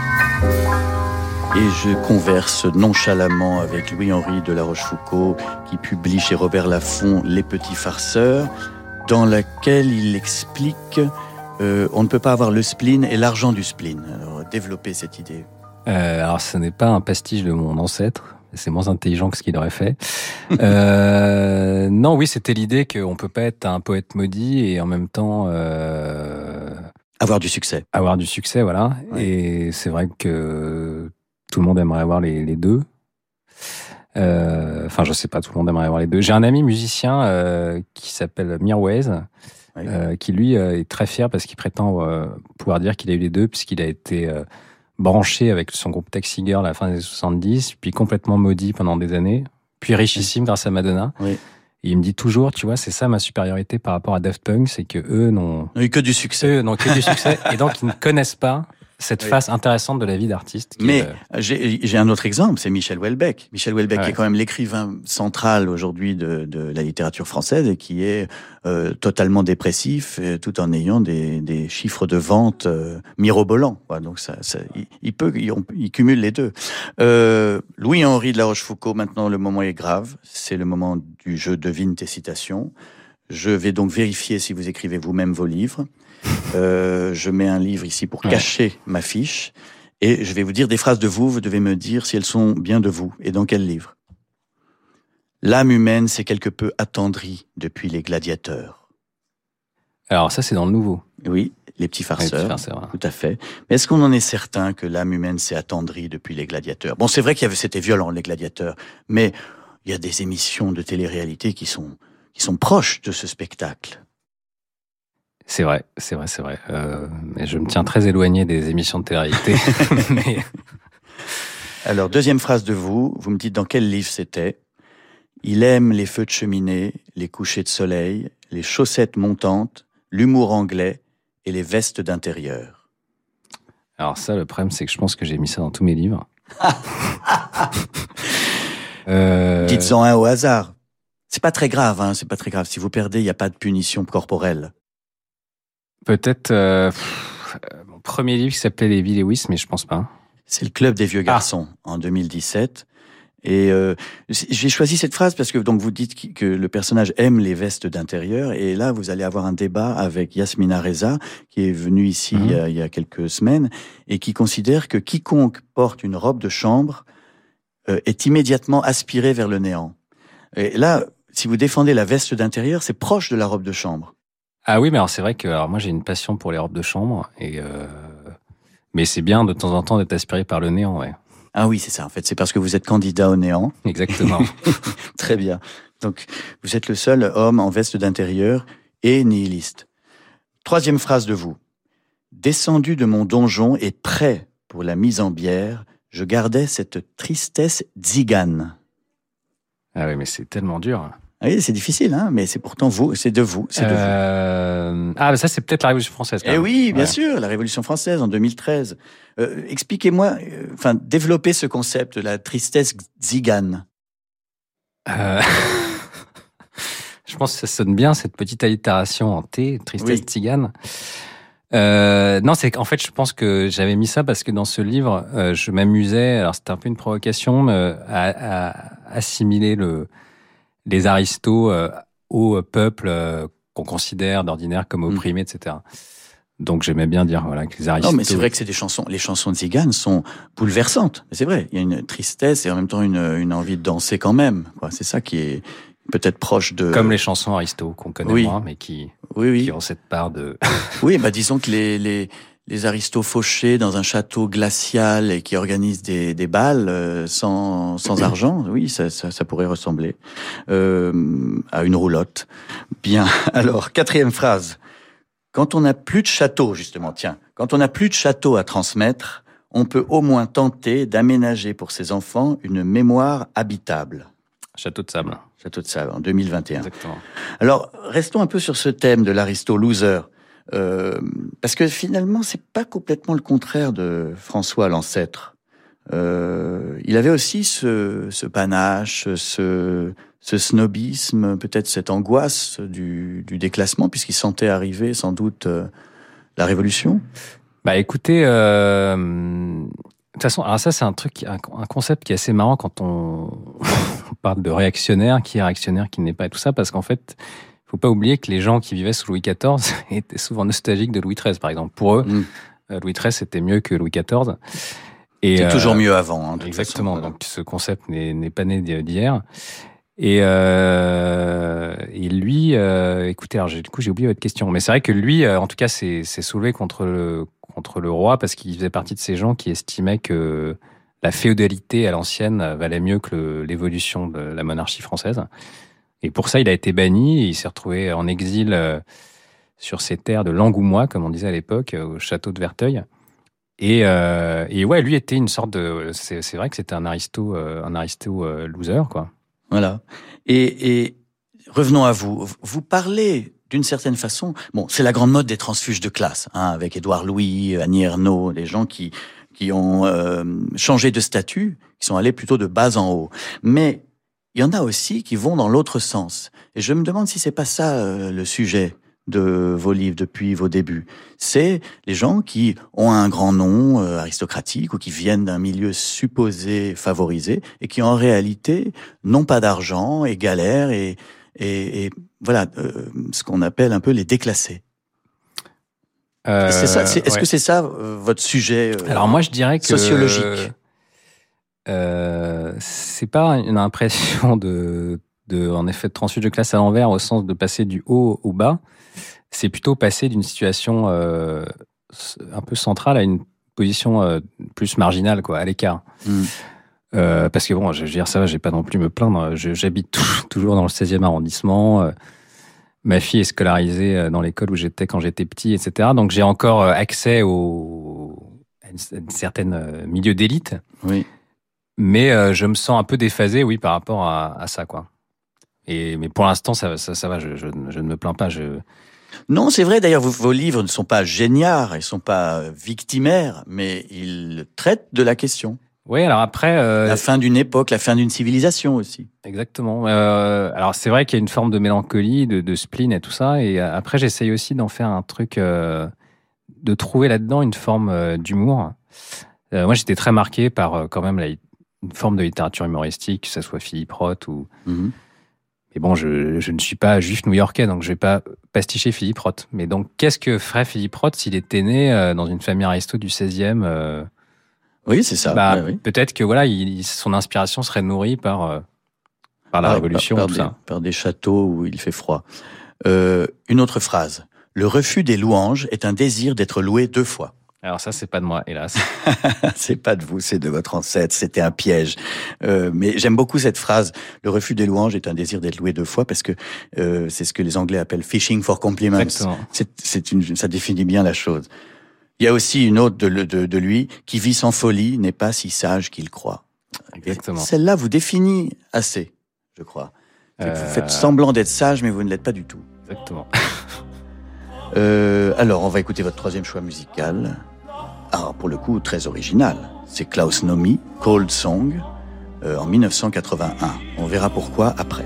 Et je converse nonchalamment avec Louis-Henri de La Rochefoucauld, qui publie chez Robert Laffont Les Petits Farceurs, dans laquelle il explique on ne peut pas avoir le spleen et l'argent du spleen. Alors, développer cette idée. Alors, ce n'est pas un pastiche de mon ancêtre. C'est moins intelligent que ce qu'il aurait fait. Non, oui, c'était l'idée qu'on peut pas être un poète maudit et en même temps avoir du succès. Avoir du succès, voilà. Ouais. Et c'est vrai que tout le monde aimerait avoir les deux. Enfin, je sais pas, tout le monde aimerait avoir les deux. J'ai un ami musicien qui s'appelle Mirwais, qui lui est très fier parce qu'il prétend pouvoir dire qu'il a eu les deux puisqu'il a été branché avec son groupe Taxi Girl à la fin des 70, puis complètement maudit pendant des années, puis richissime grâce à Madonna. Oui. Et il me dit toujours, tu vois, c'est ça ma supériorité par rapport à Daft Punk, c'est que eux n'ont eu que du succès. Eux n'ont que du succès, et donc ils ne connaissent pas cette face intéressante de la vie d'artiste. Mais j'ai un autre exemple, c'est Michel Houellebecq. Michel Houellebecq qui est quand même l'écrivain central aujourd'hui de la littérature française et qui est totalement dépressif tout en ayant des chiffres de vente mirobolants. Voilà, donc il cumule les deux. Louis-Henri de La Rochefoucauld, maintenant le moment est grave, c'est le moment du jeu devine tes citations. Je vais donc vérifier si vous écrivez vous-même vos livres. Je mets un livre ici pour cacher ma fiche et je vais vous dire des phrases de vous devez me dire si elles sont bien de vous et dans quel livre. L'âme humaine s'est quelque peu attendrie depuis les gladiateurs. Alors ça c'est dans le nouveau. Oui, les petits farceurs, voilà. Tout à fait. Mais est-ce qu'on en est certain que l'âme humaine s'est attendrie depuis les gladiateurs? Bon, c'est vrai c'était violent les gladiateurs, mais il y a des émissions de télé-réalité qui sont proches de ce spectacle. C'est vrai. Mais je me tiens très éloigné des émissions de télé-réalité. Mais... Alors, deuxième phrase de vous me dites dans quel livre c'était. Il aime les feux de cheminée, les couchers de soleil, les chaussettes montantes, l'humour anglais et les vestes d'intérieur. Alors ça, le problème, c'est que je pense que j'ai mis ça dans tous mes livres. Dites-en un au hasard. C'est pas très grave, hein, c'est pas très grave. Si vous perdez, il n'y a pas de punition corporelle. Peut-être mon premier livre qui s'appelait Lévi Lewis, mais je pense pas. C'est le Club des vieux garçons en 2017. Et j'ai choisi cette phrase parce que donc vous dites que le personnage aime les vestes d'intérieur. Et là, vous allez avoir un débat avec Yasmina Reza, qui est venue ici il y a quelques semaines, et qui considère que quiconque porte une robe de chambre est immédiatement aspiré vers le néant. Et là, si vous défendez la veste d'intérieur, c'est proche de la robe de chambre. Ah oui, mais alors c'est vrai que moi j'ai une passion pour les robes de chambre, mais c'est bien de temps en temps d'être aspiré par le néant, ouais. Ah oui, c'est ça. En fait, c'est parce que vous êtes candidat au néant. Exactement. Très bien. Donc, vous êtes le seul homme en veste d'intérieur et nihiliste. Troisième phrase de vous. Descendu de mon donjon et prêt pour la mise en bière, je gardais cette tristesse tzigane. Ah oui, mais c'est tellement dur. Oui, c'est difficile, hein, mais c'est pourtant vous, c'est de vous. Ah, mais ça, c'est peut-être la Révolution française. Eh oui, bien sûr, la Révolution française en 2013. Expliquez-moi, développez ce concept de la tristesse tzigane. Je pense que ça sonne bien, cette petite allitération en T, tristesse tzigane. Non, c'est qu'en fait, je pense que j'avais mis ça parce que dans ce livre, je m'amusais, alors c'était un peu une provocation, à assimiler les aristos au peuple qu'on considère d'ordinaire comme opprimé, etc. Donc j'aimais bien dire voilà, que les aristos... Non, mais c'est vrai que les chansons de Tziganes sont bouleversantes. C'est vrai, il y a une tristesse et en même temps une envie de danser quand même. C'est ça qui est peut-être proche de... Comme les chansons aristos qu'on connaît moins, mais qui ont cette part de... Oui, disons que les aristos fauchés dans un château glacial et qui organisent des bals sans argent. Oui, ça pourrait ressembler à une roulotte. Bien, alors, 4e phrase. Quand on n'a plus de château, justement, quand on n'a plus de château à transmettre, on peut au moins tenter d'aménager pour ses enfants une mémoire habitable. Château de sable. Château de sable, en 2021. Exactement. Alors, restons un peu sur ce thème de l'aristo loser. Parce que finalement, c'est pas complètement le contraire de François l'ancêtre. Il avait aussi ce panache, ce snobisme, peut-être cette angoisse du déclassement, puisqu'il sentait arriver sans doute la révolution. Bah écoutez, de toute façon, alors ça c'est un concept qui est assez marrant quand on parle de réactionnaire, qui est réactionnaire, qui n'est pas et tout ça, parce qu'en fait, faut pas oublier que les gens qui vivaient sous Louis XIV étaient souvent nostalgiques de Louis XIII, par exemple. Pour eux, Louis XIII c'était mieux que Louis XIV. Et c'est toujours mieux avant. Hein, exactement. Façon, donc ce concept n'est pas né d'hier. Et lui, écoutez, alors j'ai oublié votre question, mais c'est vrai que lui, en tout cas, s'est soulevé contre le roi parce qu'il faisait partie de ces gens qui estimaient que la féodalité à l'ancienne valait mieux que l'évolution de la monarchie française. Et pour ça, il a été banni et il s'est retrouvé en exil sur ces terres de l'Angoumois, comme on disait à l'époque, au château de Verteuil. Et ouais, lui était une sorte de, c'est vrai que c'était un aristo loser, quoi. Voilà. Et revenons à vous. Vous parlez d'une certaine façon. Bon, c'est la grande mode des transfuges de classe, hein, avec Édouard Louis, Annie Ernaux, des gens qui ont changé de statut, qui sont allés plutôt de bas en haut. Mais il y en a aussi qui vont dans l'autre sens. Et je me demande si c'est pas ça le sujet de vos livres depuis vos débuts. C'est les gens qui ont un grand nom aristocratique ou qui viennent d'un milieu supposé favorisé et qui en réalité n'ont pas d'argent et galèrent et voilà ce qu'on appelle un peu les déclassés. Est-ce que c'est ça votre sujet Alors moi je dirais que sociologique c'est pas une impression de en effet de transfuge de classe à l'envers au sens de passer du haut au bas. C'est plutôt passer d'une situation un peu centrale à une position plus marginale, quoi, à l'écart. Parce que bon, je veux dire, ça va, j'ai pas non plus me plaindre. J'habite toujours dans le 16e arrondissement. Ma fille est scolarisée dans l'école où j'étais quand j'étais petit, etc. Donc j'ai encore accès à une certaine milieu d'élite. Oui. Mais je me sens un peu déphasé, oui, par rapport à ça, quoi. Mais pour l'instant, ça va, je ne me plains pas. Non, c'est vrai, d'ailleurs, vos livres ne sont pas géniards, ils ne sont pas victimaires, mais ils traitent de la question. Oui, alors après... la fin d'une époque, la fin d'une civilisation aussi. Exactement. Alors c'est vrai qu'il y a une forme de mélancolie, de spleen et tout ça, et après j'essaye aussi d'en faire un truc, de trouver là-dedans une forme d'humour. Moi j'étais très marqué par quand même une forme de littérature humoristique, que ce soit Philippe Roth ou... Et bon, je ne suis pas juif new-yorkais, donc je vais pas pasticher Philippe Roth. Mais donc, qu'est-ce que ferait Philippe Roth s'il était né dans une famille aristo du 16e Oui, c'est ça. Oui. Peut-être que voilà, son inspiration serait nourrie par la Révolution, par des châteaux où il fait froid. Une autre phrase. Le refus des louanges est un désir d'être loué 2 fois. Alors ça, c'est pas de moi, hélas. C'est pas de vous, c'est de votre ancêtre. C'était un piège. Mais j'aime beaucoup cette phrase. Le refus des louanges est un désir d'être loué 2 fois parce que c'est ce que les Anglais appellent fishing for compliments. Exactement. Ça définit bien la chose. Il y a aussi une autre de lui qui vit sans folie, n'est pas si sage qu'il croit. Exactement. Et celle-là vous définit assez, je crois. Vous faites semblant d'être sage, mais vous ne l'êtes pas du tout. Exactement. Alors, on va écouter votre 3e choix musical. Alors, pour le coup, très original. C'est Klaus Nomi, Cold Song, en 1981. On verra pourquoi après.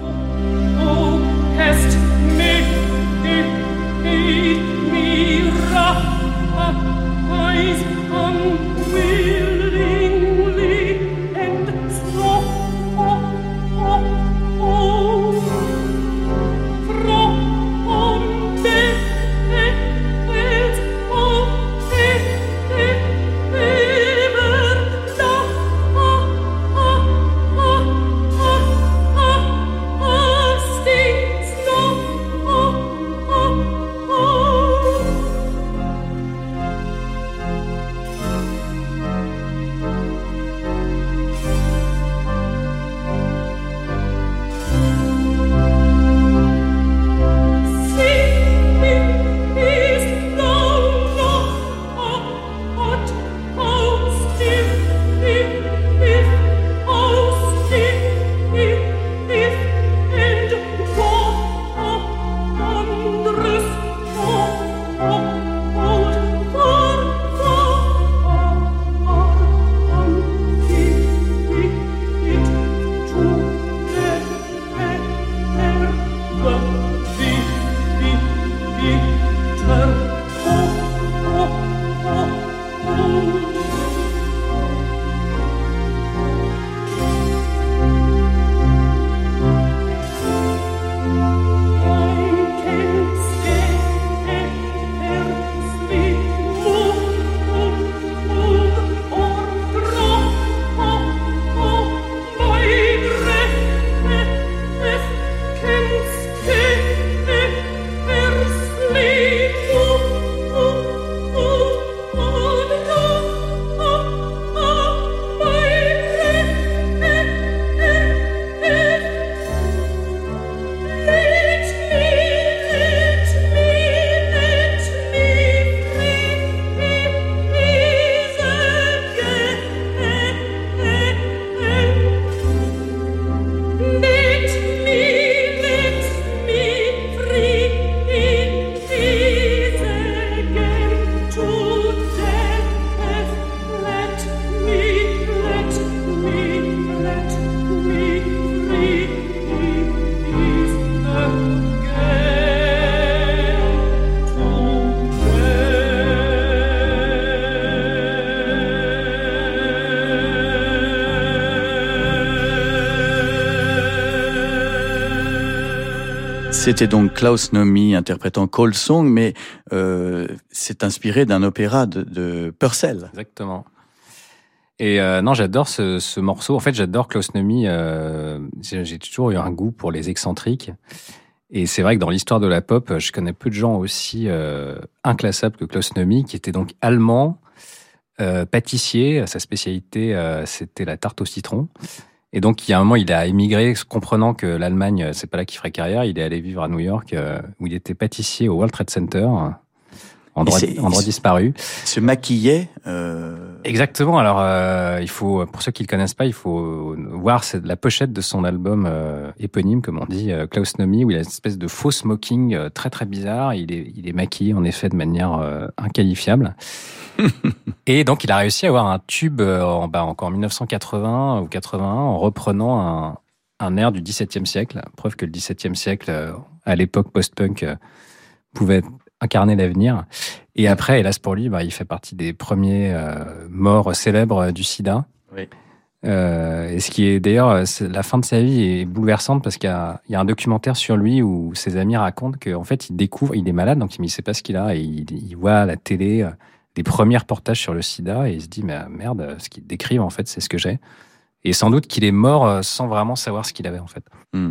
C'était donc Klaus Nomi interprétant Cold Song, mais c'est inspiré d'un opéra de Purcell. Exactement. Et non, j'adore ce morceau. En fait, j'adore Klaus Nomi. J'ai toujours eu un goût pour les excentriques. Et c'est vrai que dans l'histoire de la pop, je connais peu de gens aussi inclassables que Klaus Nomi, qui était donc allemand, pâtissier. Sa spécialité, c'était la tarte au citron. Et donc, il y a un moment, il a émigré, comprenant que l'Allemagne, c'est pas là qu'il ferait carrière. Il est allé vivre à New York, où il était pâtissier au World Trade Center, endroit disparu. Il se maquillait. Exactement. Alors, il faut, pour ceux qui le connaissent pas, il faut voir la pochette de son album éponyme, comme on dit, Klaus Nomi, où il a une espèce de faux smoking très très bizarre. Il est maquillé en effet de manière inqualifiable. Et donc, il a réussi à avoir un tube encore en 1980 ou 81 en reprenant un air du XVIIe siècle. Preuve que le XVIIe siècle, à l'époque post-punk, pouvait incarner l'avenir. Et après, hélas pour lui, il fait partie des premiers morts célèbres du sida. Oui. Et ce qui est d'ailleurs, la fin de sa vie est bouleversante parce qu'il y a un documentaire sur lui où ses amis racontent qu'en fait, il est malade, donc il ne sait pas ce qu'il a. Et il voit à la télé des premiers reportages sur le sida et il se dit, mais merde, ce qu'ils décrivent, en fait, c'est ce que j'ai. Et sans doute qu'il est mort sans vraiment savoir ce qu'il avait, en fait.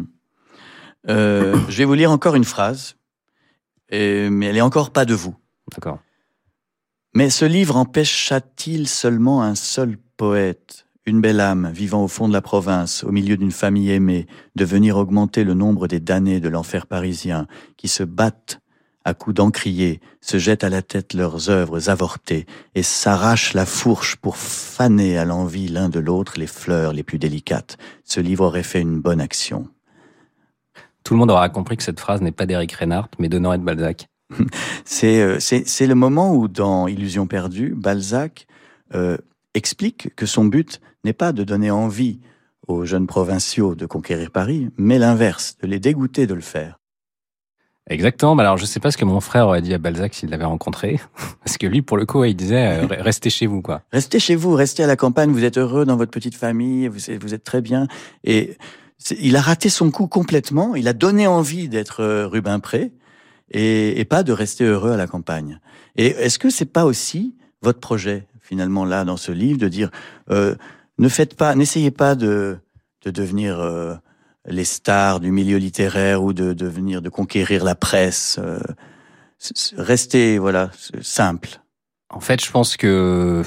Je vais vous lire encore une phrase, mais elle est encore pas de vous. D'accord. Mais ce livre empêcha-t-il seulement un seul poète, une belle âme, vivant au fond de la province, au milieu d'une famille aimée, de venir augmenter le nombre des damnés de l'enfer parisien, qui se battent à coups d'encriers, se jettent à la tête leurs œuvres avortées et s'arrachent la fourche pour faner à l'envi l'un de l'autre les fleurs les plus délicates. Ce livre aurait fait une bonne action. Tout le monde aura compris que cette phrase n'est pas d'Éric Reinhardt, mais d'Honoré de Balzac. C'est le moment où, dans Illusion perdue, Balzac explique que son but n'est pas de donner envie aux jeunes provinciaux de conquérir Paris, mais l'inverse, de les dégoûter de le faire. Exactement. Alors, je sais pas ce que mon frère aurait dit à Balzac s'il l'avait rencontré. Parce que lui, pour le coup, il disait, restez chez vous, quoi. Restez chez vous, restez à la campagne, vous êtes heureux dans votre petite famille, vous êtes très bien. Et il a raté son coup complètement. Il a donné envie d'être Rubempré et pas de rester heureux à la campagne. Et est-ce que c'est pas aussi votre projet, finalement, là, dans ce livre, de dire, n'essayez pas de devenir les stars du milieu littéraire ou de conquérir la presse. Restez, voilà, simple. En fait, je pense que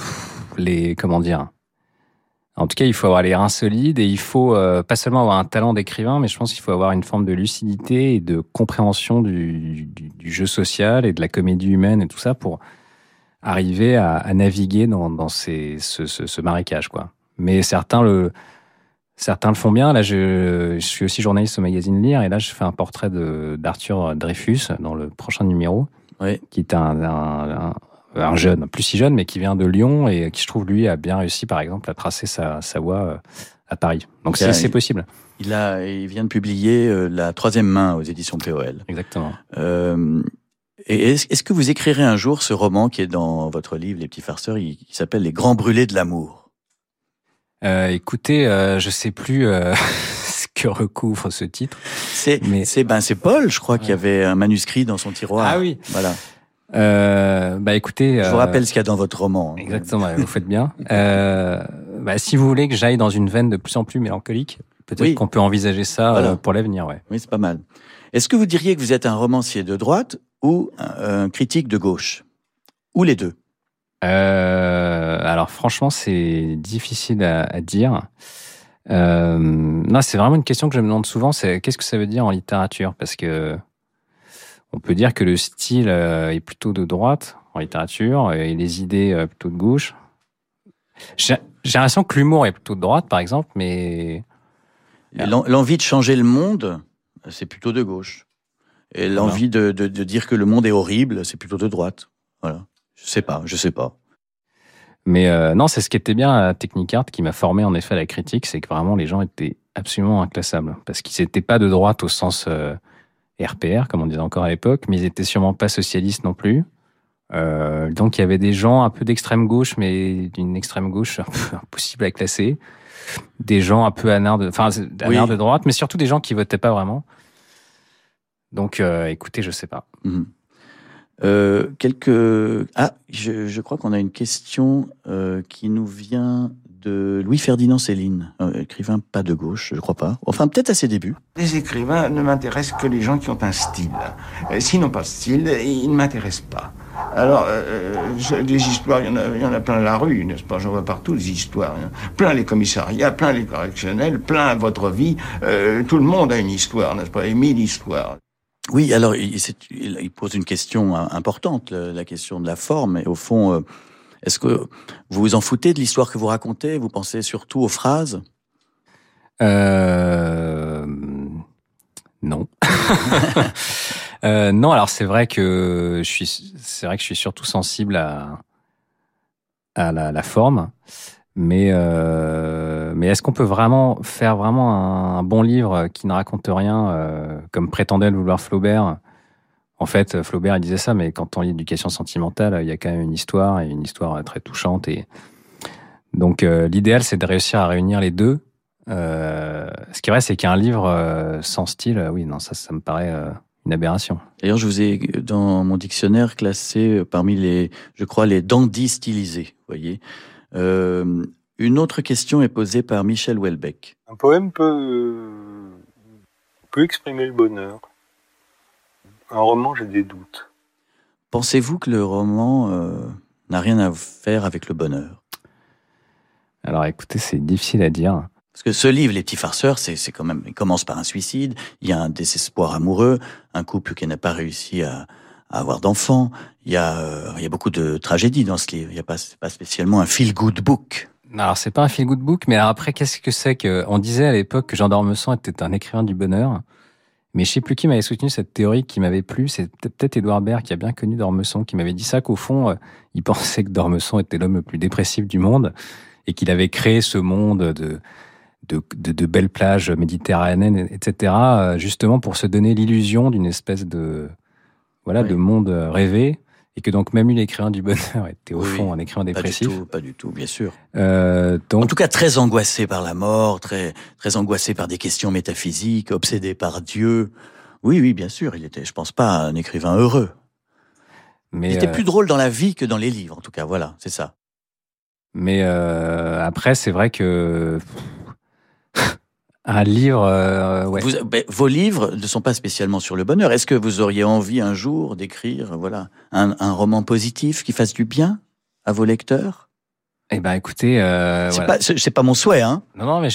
en tout cas, il faut avoir les reins solides et il faut pas seulement avoir un talent d'écrivain, mais je pense qu'il faut avoir une forme de lucidité et de compréhension du jeu social et de la comédie humaine et tout ça pour arriver à naviguer dans ce marécage, quoi. Mais certains le font bien. Là, je suis aussi journaliste au magazine Lire et là, je fais un portrait d'Arthur Dreyfus dans le prochain numéro, oui. Qui est un jeune, plus si jeune, mais qui vient de Lyon et qui, je trouve, lui, a bien réussi, par exemple, à tracer sa voie à Paris. Donc, c'est possible. Il vient de publier La Troisième Main aux éditions POL. Exactement. Et est-ce que vous écrirez un jour ce roman qui est dans votre livre, Les Petits Farceurs, qui s'appelle Les Grands Brûlés de l'amour? Écoutez, je sais plus ce que recouvre ce titre. C'est Paul, je crois, qui avait un manuscrit dans son tiroir. Ah oui. Voilà. Écoutez, je vous rappelle ce qu'il y a dans votre roman. Exactement, vous faites bien. Si vous voulez que j'aille dans une veine de plus en plus mélancolique, peut-être qu'on peut envisager ça pour l'avenir, ouais. Oui, c'est pas mal. Est-ce que vous diriez que vous êtes un romancier de droite ou un critique de gauche? Ou les deux? Alors franchement, c'est difficile à dire. Non, c'est vraiment une question que je me demande souvent. C'est qu'est-ce que ça veut dire en littérature? Parce que on peut dire que le style est plutôt de droite en littérature et les idées plutôt de gauche. J'ai l'impression que l'humour est plutôt de droite, par exemple, mais l'envie de changer le monde, c'est plutôt de gauche. Et l'envie de dire que le monde est horrible, c'est plutôt de droite. Voilà. Je sais pas. Mais non, c'est ce qui était bien à Technicart, qui m'a formé en effet à la critique, c'est que vraiment les gens étaient absolument inclassables. Parce qu'ils n'étaient pas de droite au sens RPR, comme on disait encore à l'époque, mais ils n'étaient sûrement pas socialistes non plus. Donc il y avait des gens un peu d'extrême gauche, mais d'une extrême gauche un peu impossible à classer. Des gens un peu anards de droite, mais surtout des gens qui votaient pas vraiment. Donc, écoutez, je sais pas. Je crois qu'on a une question qui nous vient de Louis-Ferdinand Céline, écrivain pas de gauche, je crois pas. Enfin, peut-être à ses débuts. Les écrivains ne m'intéressent que les gens qui ont un style. S'ils n'ont pas de style, ils ne m'intéressent pas. Alors, des histoires, il y en a plein la rue, n'est-ce pas? J'en vois partout des histoires. Plein les commissariats, plein les correctionnels, plein votre vie. Tout le monde a une histoire, n'est-ce pas? Et 1000 histoires. Oui, alors il pose une question importante, la question de la forme. Et au fond, est-ce que vous vous en foutez de l'histoire que vous racontez? Vous pensez surtout aux phrases? Non. Non, alors c'est vrai que je suis surtout sensible à la forme. Mais est-ce qu'on peut vraiment faire un bon livre qui ne raconte rien, comme prétendait le vouloir Flaubert? En fait, Flaubert, il disait ça, mais quand on lit l'éducation sentimentale, il y a quand même une histoire, et une histoire très touchante. Et donc, l'idéal, c'est de réussir à réunir les deux. Ce qui est vrai, c'est qu'un livre sans style, oui, non, ça me paraît une aberration. D'ailleurs, je vous ai, dans mon dictionnaire, classé parmi les dandys stylisés, vous voyez. Une autre question est posée par Michel Houellebecq. Un poème peut exprimer le bonheur. Un roman, j'ai des doutes. Pensez-vous que le roman n'a rien à faire avec le bonheur? Alors écoutez, c'est difficile à dire. Parce que ce livre, Les Petits Farceurs, c'est quand même, il commence par un suicide, il y a un désespoir amoureux, un couple qui n'a pas réussi à avoir d'enfants, il y a beaucoup de tragédies dans ce livre, il n'y a pas spécialement un feel-good book. Alors c'est pas un feel-good book, mais alors après, qu'est-ce que c'est que... On disait à l'époque que Jean d'Ormesson était un écrivain du bonheur, mais je sais plus qui m'avait soutenu cette théorie qui m'avait plu, c'est peut-être Édouard Baird qui a bien connu d'Ormesson, qui m'avait dit ça, qu'au fond, il pensait que d'Ormesson était l'homme le plus dépressif du monde, et qu'il avait créé ce monde de belles plages méditerranéennes, etc., justement pour se donner l'illusion d'une espèce de monde rêvé, et que donc même lui, l'écrivain du bonheur, était au fond un écrivain dépressif. Pas du tout, bien sûr. Donc... En tout cas, très angoissé par la mort, très angoissé par des questions métaphysiques, obsédé par Dieu. Oui, bien sûr, il était, je pense pas, un écrivain heureux. Mais il était plus drôle dans la vie que dans les livres, en tout cas, voilà, c'est ça. Mais après, c'est vrai que... Un livre, ouais. Vos livres ne sont pas spécialement sur le bonheur. Est-ce que vous auriez envie un jour d'écrire, un roman positif qui fasse du bien à vos lecteurs? Eh ben, écoutez, c'est pas mon souhait, hein. Non, mais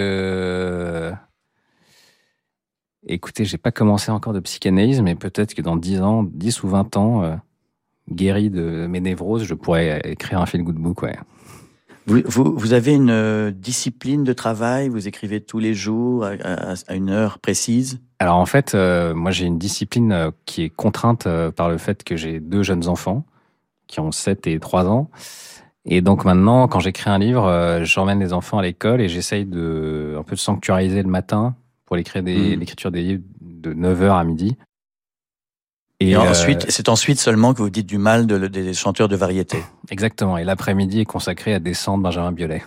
écoutez, j'ai pas commencé encore de psychanalyse, mais peut-être que dans 10 ou 20 ans, guéri de mes névroses, je pourrais écrire un feel-good book, ouais. Vous avez une discipline de travail? Vous écrivez tous les jours à une heure précise? Alors en fait, moi j'ai une discipline qui est contrainte par le fait que j'ai 2 jeunes enfants qui ont 7 et 3 ans. Et donc maintenant, quand j'écris un livre, j'emmène les enfants à l'école et j'essaye un peu de sanctuariser le matin pour l'écriture des livres de 9h à midi. Et ensuite, c'est ensuite seulement que vous dites du mal des chanteurs de variété. Exactement. Et l'après-midi est consacré à Descendre Benjamin Biolay.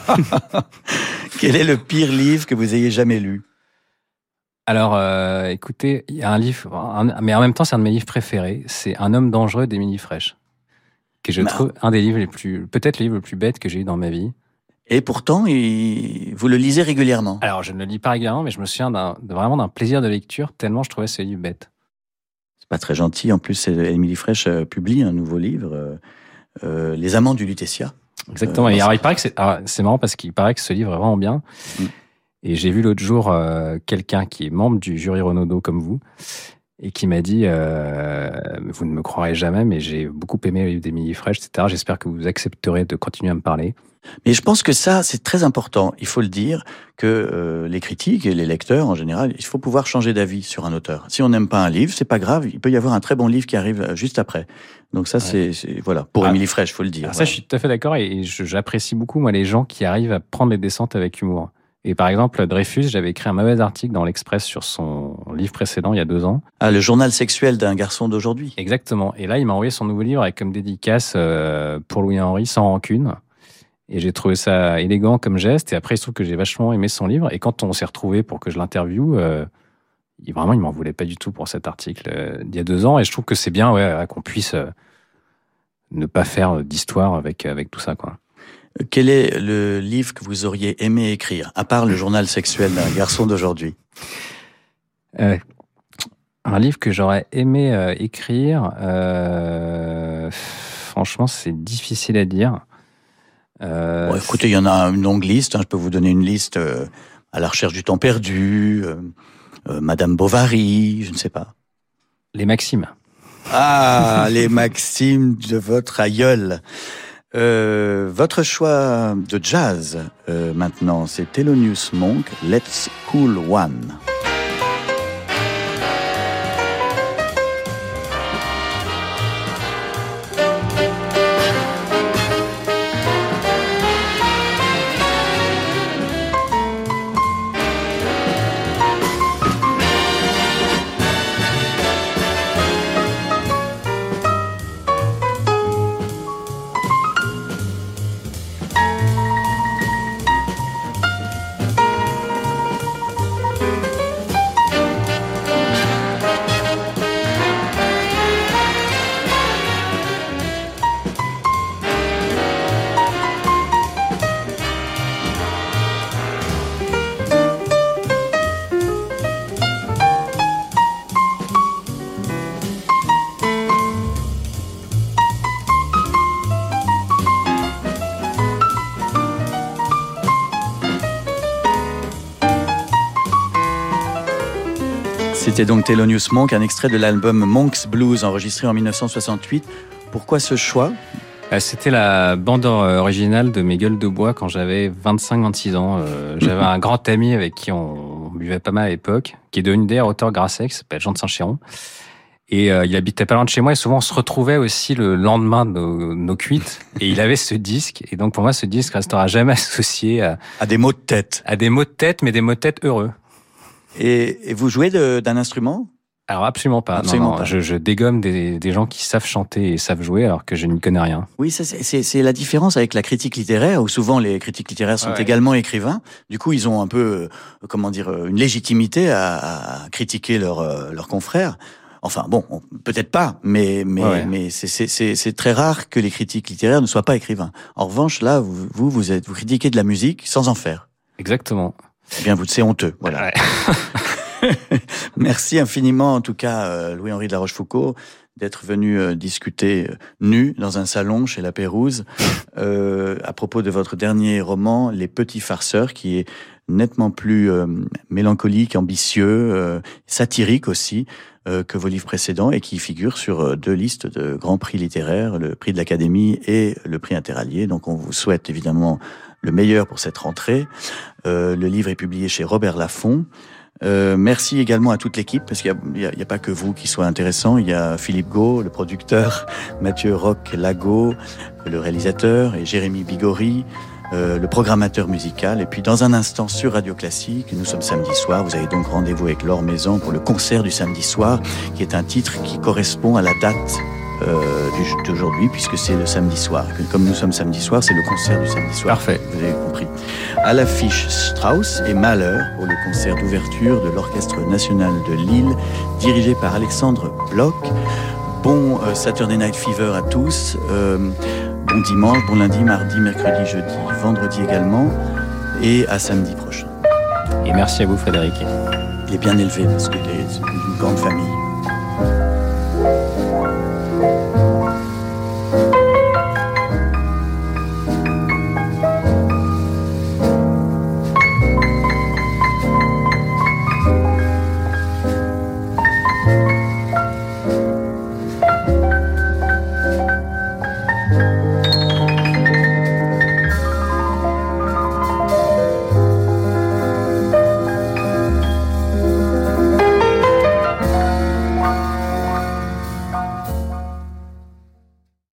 Quel est le pire livre que vous ayez jamais lu? Alors, écoutez, il y a un livre, mais en même temps, c'est un de mes livres préférés. C'est Un homme dangereux d'Émilie Frêche, que je trouve un des livres peut-être le livre le plus bête que j'ai eu dans ma vie. Et pourtant, vous le lisez régulièrement? Alors, je ne le lis pas régulièrement, mais je me souviens vraiment d'un plaisir de lecture, tellement je trouvais ce livre bête. C'est pas très gentil. En plus, Émilie Frêche publie un nouveau livre, Les Amants du Lutetia. Exactement. Et alors, il paraît que c'est marrant parce qu'il paraît que ce livre est vraiment bien. Et j'ai vu l'autre jour quelqu'un qui est membre du jury Renaudot comme vous et qui m'a dit vous ne me croirez jamais, mais j'ai beaucoup aimé le livre d'Émilie Frêche, etc. J'espère que vous accepterez de continuer à me parler. Mais je pense que ça, c'est très important. Il faut le dire que les critiques et les lecteurs, en général, il faut pouvoir changer d'avis sur un auteur. Si on n'aime pas un livre, c'est pas grave. Il peut y avoir un très bon livre qui arrive juste après. Donc ça, c'est voilà. Pour Émilie Frêche, faut le dire. Ça, je suis tout à fait d'accord et j'apprécie beaucoup, moi, les gens qui arrivent à prendre les descentes avec humour. Et par exemple, Dreyfus, j'avais écrit un mauvais article dans l'Express sur son livre précédent, il y a 2 ans. Ah, le journal sexuel d'un garçon d'aujourd'hui. Exactement. Et là, il m'a envoyé son nouveau livre avec comme dédicace pour Louis-Henri, Sans rancune. Et j'ai trouvé ça élégant comme geste. Et après, il se trouve que j'ai vachement aimé son livre. Et quand on s'est retrouvés pour que je l'interviewe, il m'en voulait pas du tout pour cet article d'il y a 2 ans. Et je trouve que c'est bien qu'on puisse ne pas faire d'histoire avec tout ça, quoi. Quel est le livre que vous auriez aimé écrire, à part le journal sexuel d'un garçon d'aujourd'hui? Un livre que j'aurais aimé écrire, franchement, c'est difficile à dire. Bon, écoutez, il y en a une longue liste. Je peux vous donner une liste à la recherche du temps perdu, Madame Bovary, je ne sais pas. Les Maximes. Ah, les Maximes de votre aïeul. Votre choix de jazz maintenant, c'est Thelonious Monk, Let's Cool One. C'était donc Thelonious Monk, un extrait de l'album Monk's Blues enregistré en 1968. Pourquoi ce choix ? C'était la bande originale de mes Gueules de bois quand j'avais 25-26 ans. J'avais un grand ami avec qui on buvait pas mal à l'époque, qui est devenu d'ailleurs auteur grassais, qui s'appelle Jean de Saint-Chéron. Et il habitait pas loin de chez moi et souvent on se retrouvait aussi le lendemain de nos cuites. Et il avait ce disque. Et donc pour moi, ce disque restera jamais associé à des mots de tête. À des mots de tête, mais des mots de tête heureux. Et vous jouez d'un instrument ? Alors absolument pas. Absolument pas. Je dégomme des gens qui savent chanter et savent jouer alors que je n'y connais rien. Oui, ça, c'est la différence avec la critique littéraire, où souvent les critiques littéraires sont également écrivains. Du coup, ils ont un peu, une légitimité à critiquer leurs confrères. Enfin bon, peut-être pas, mais c'est très rare que les critiques littéraires ne soient pas écrivains. En revanche, là, vous critiquez de la musique sans en faire. Exactement. Eh bien, c'est honteux, voilà. Ouais. Merci infiniment, en tout cas, Louis-Henri de La Rochefoucauld, d'être venu discuter nu dans un salon chez La Pérouse à propos de votre dernier roman, Les Petits Farceurs, qui est nettement plus mélancolique, ambitieux, satirique aussi que vos livres précédents et qui figure sur 2 listes de grands prix littéraires, le prix de l'Académie et le prix Interallié. Donc on vous souhaite évidemment le meilleur pour cette rentrée. Le livre est publié chez Robert Laffont. Merci également à toute l'équipe, parce qu'il y a pas que vous qui soit intéressant. Il y a Philippe Gau, le producteur, Mathieu Roch-Lago, le réalisateur, et Jérémy Bigori, le programmateur musical. Et puis dans un instant sur Radio Classique, nous sommes samedi soir, vous avez donc rendez-vous avec Laure Maison pour le concert du samedi soir, qui est un titre qui correspond à la date d'aujourd'hui, puisque c'est le samedi soir. Comme nous sommes samedi soir, c'est le concert du samedi soir. Parfait. Vous avez compris. À l'affiche, Strauss et Mahler pour le concert d'ouverture de l'Orchestre National de Lille, dirigé par Alexandre Bloch. Bon Saturday Night Fever à tous. Bon dimanche, bon lundi, mardi, mercredi, jeudi, vendredi également. Et à samedi prochain. Et merci à vous, Frédéric. Il est bien élevé parce qu'il est d'une grande famille.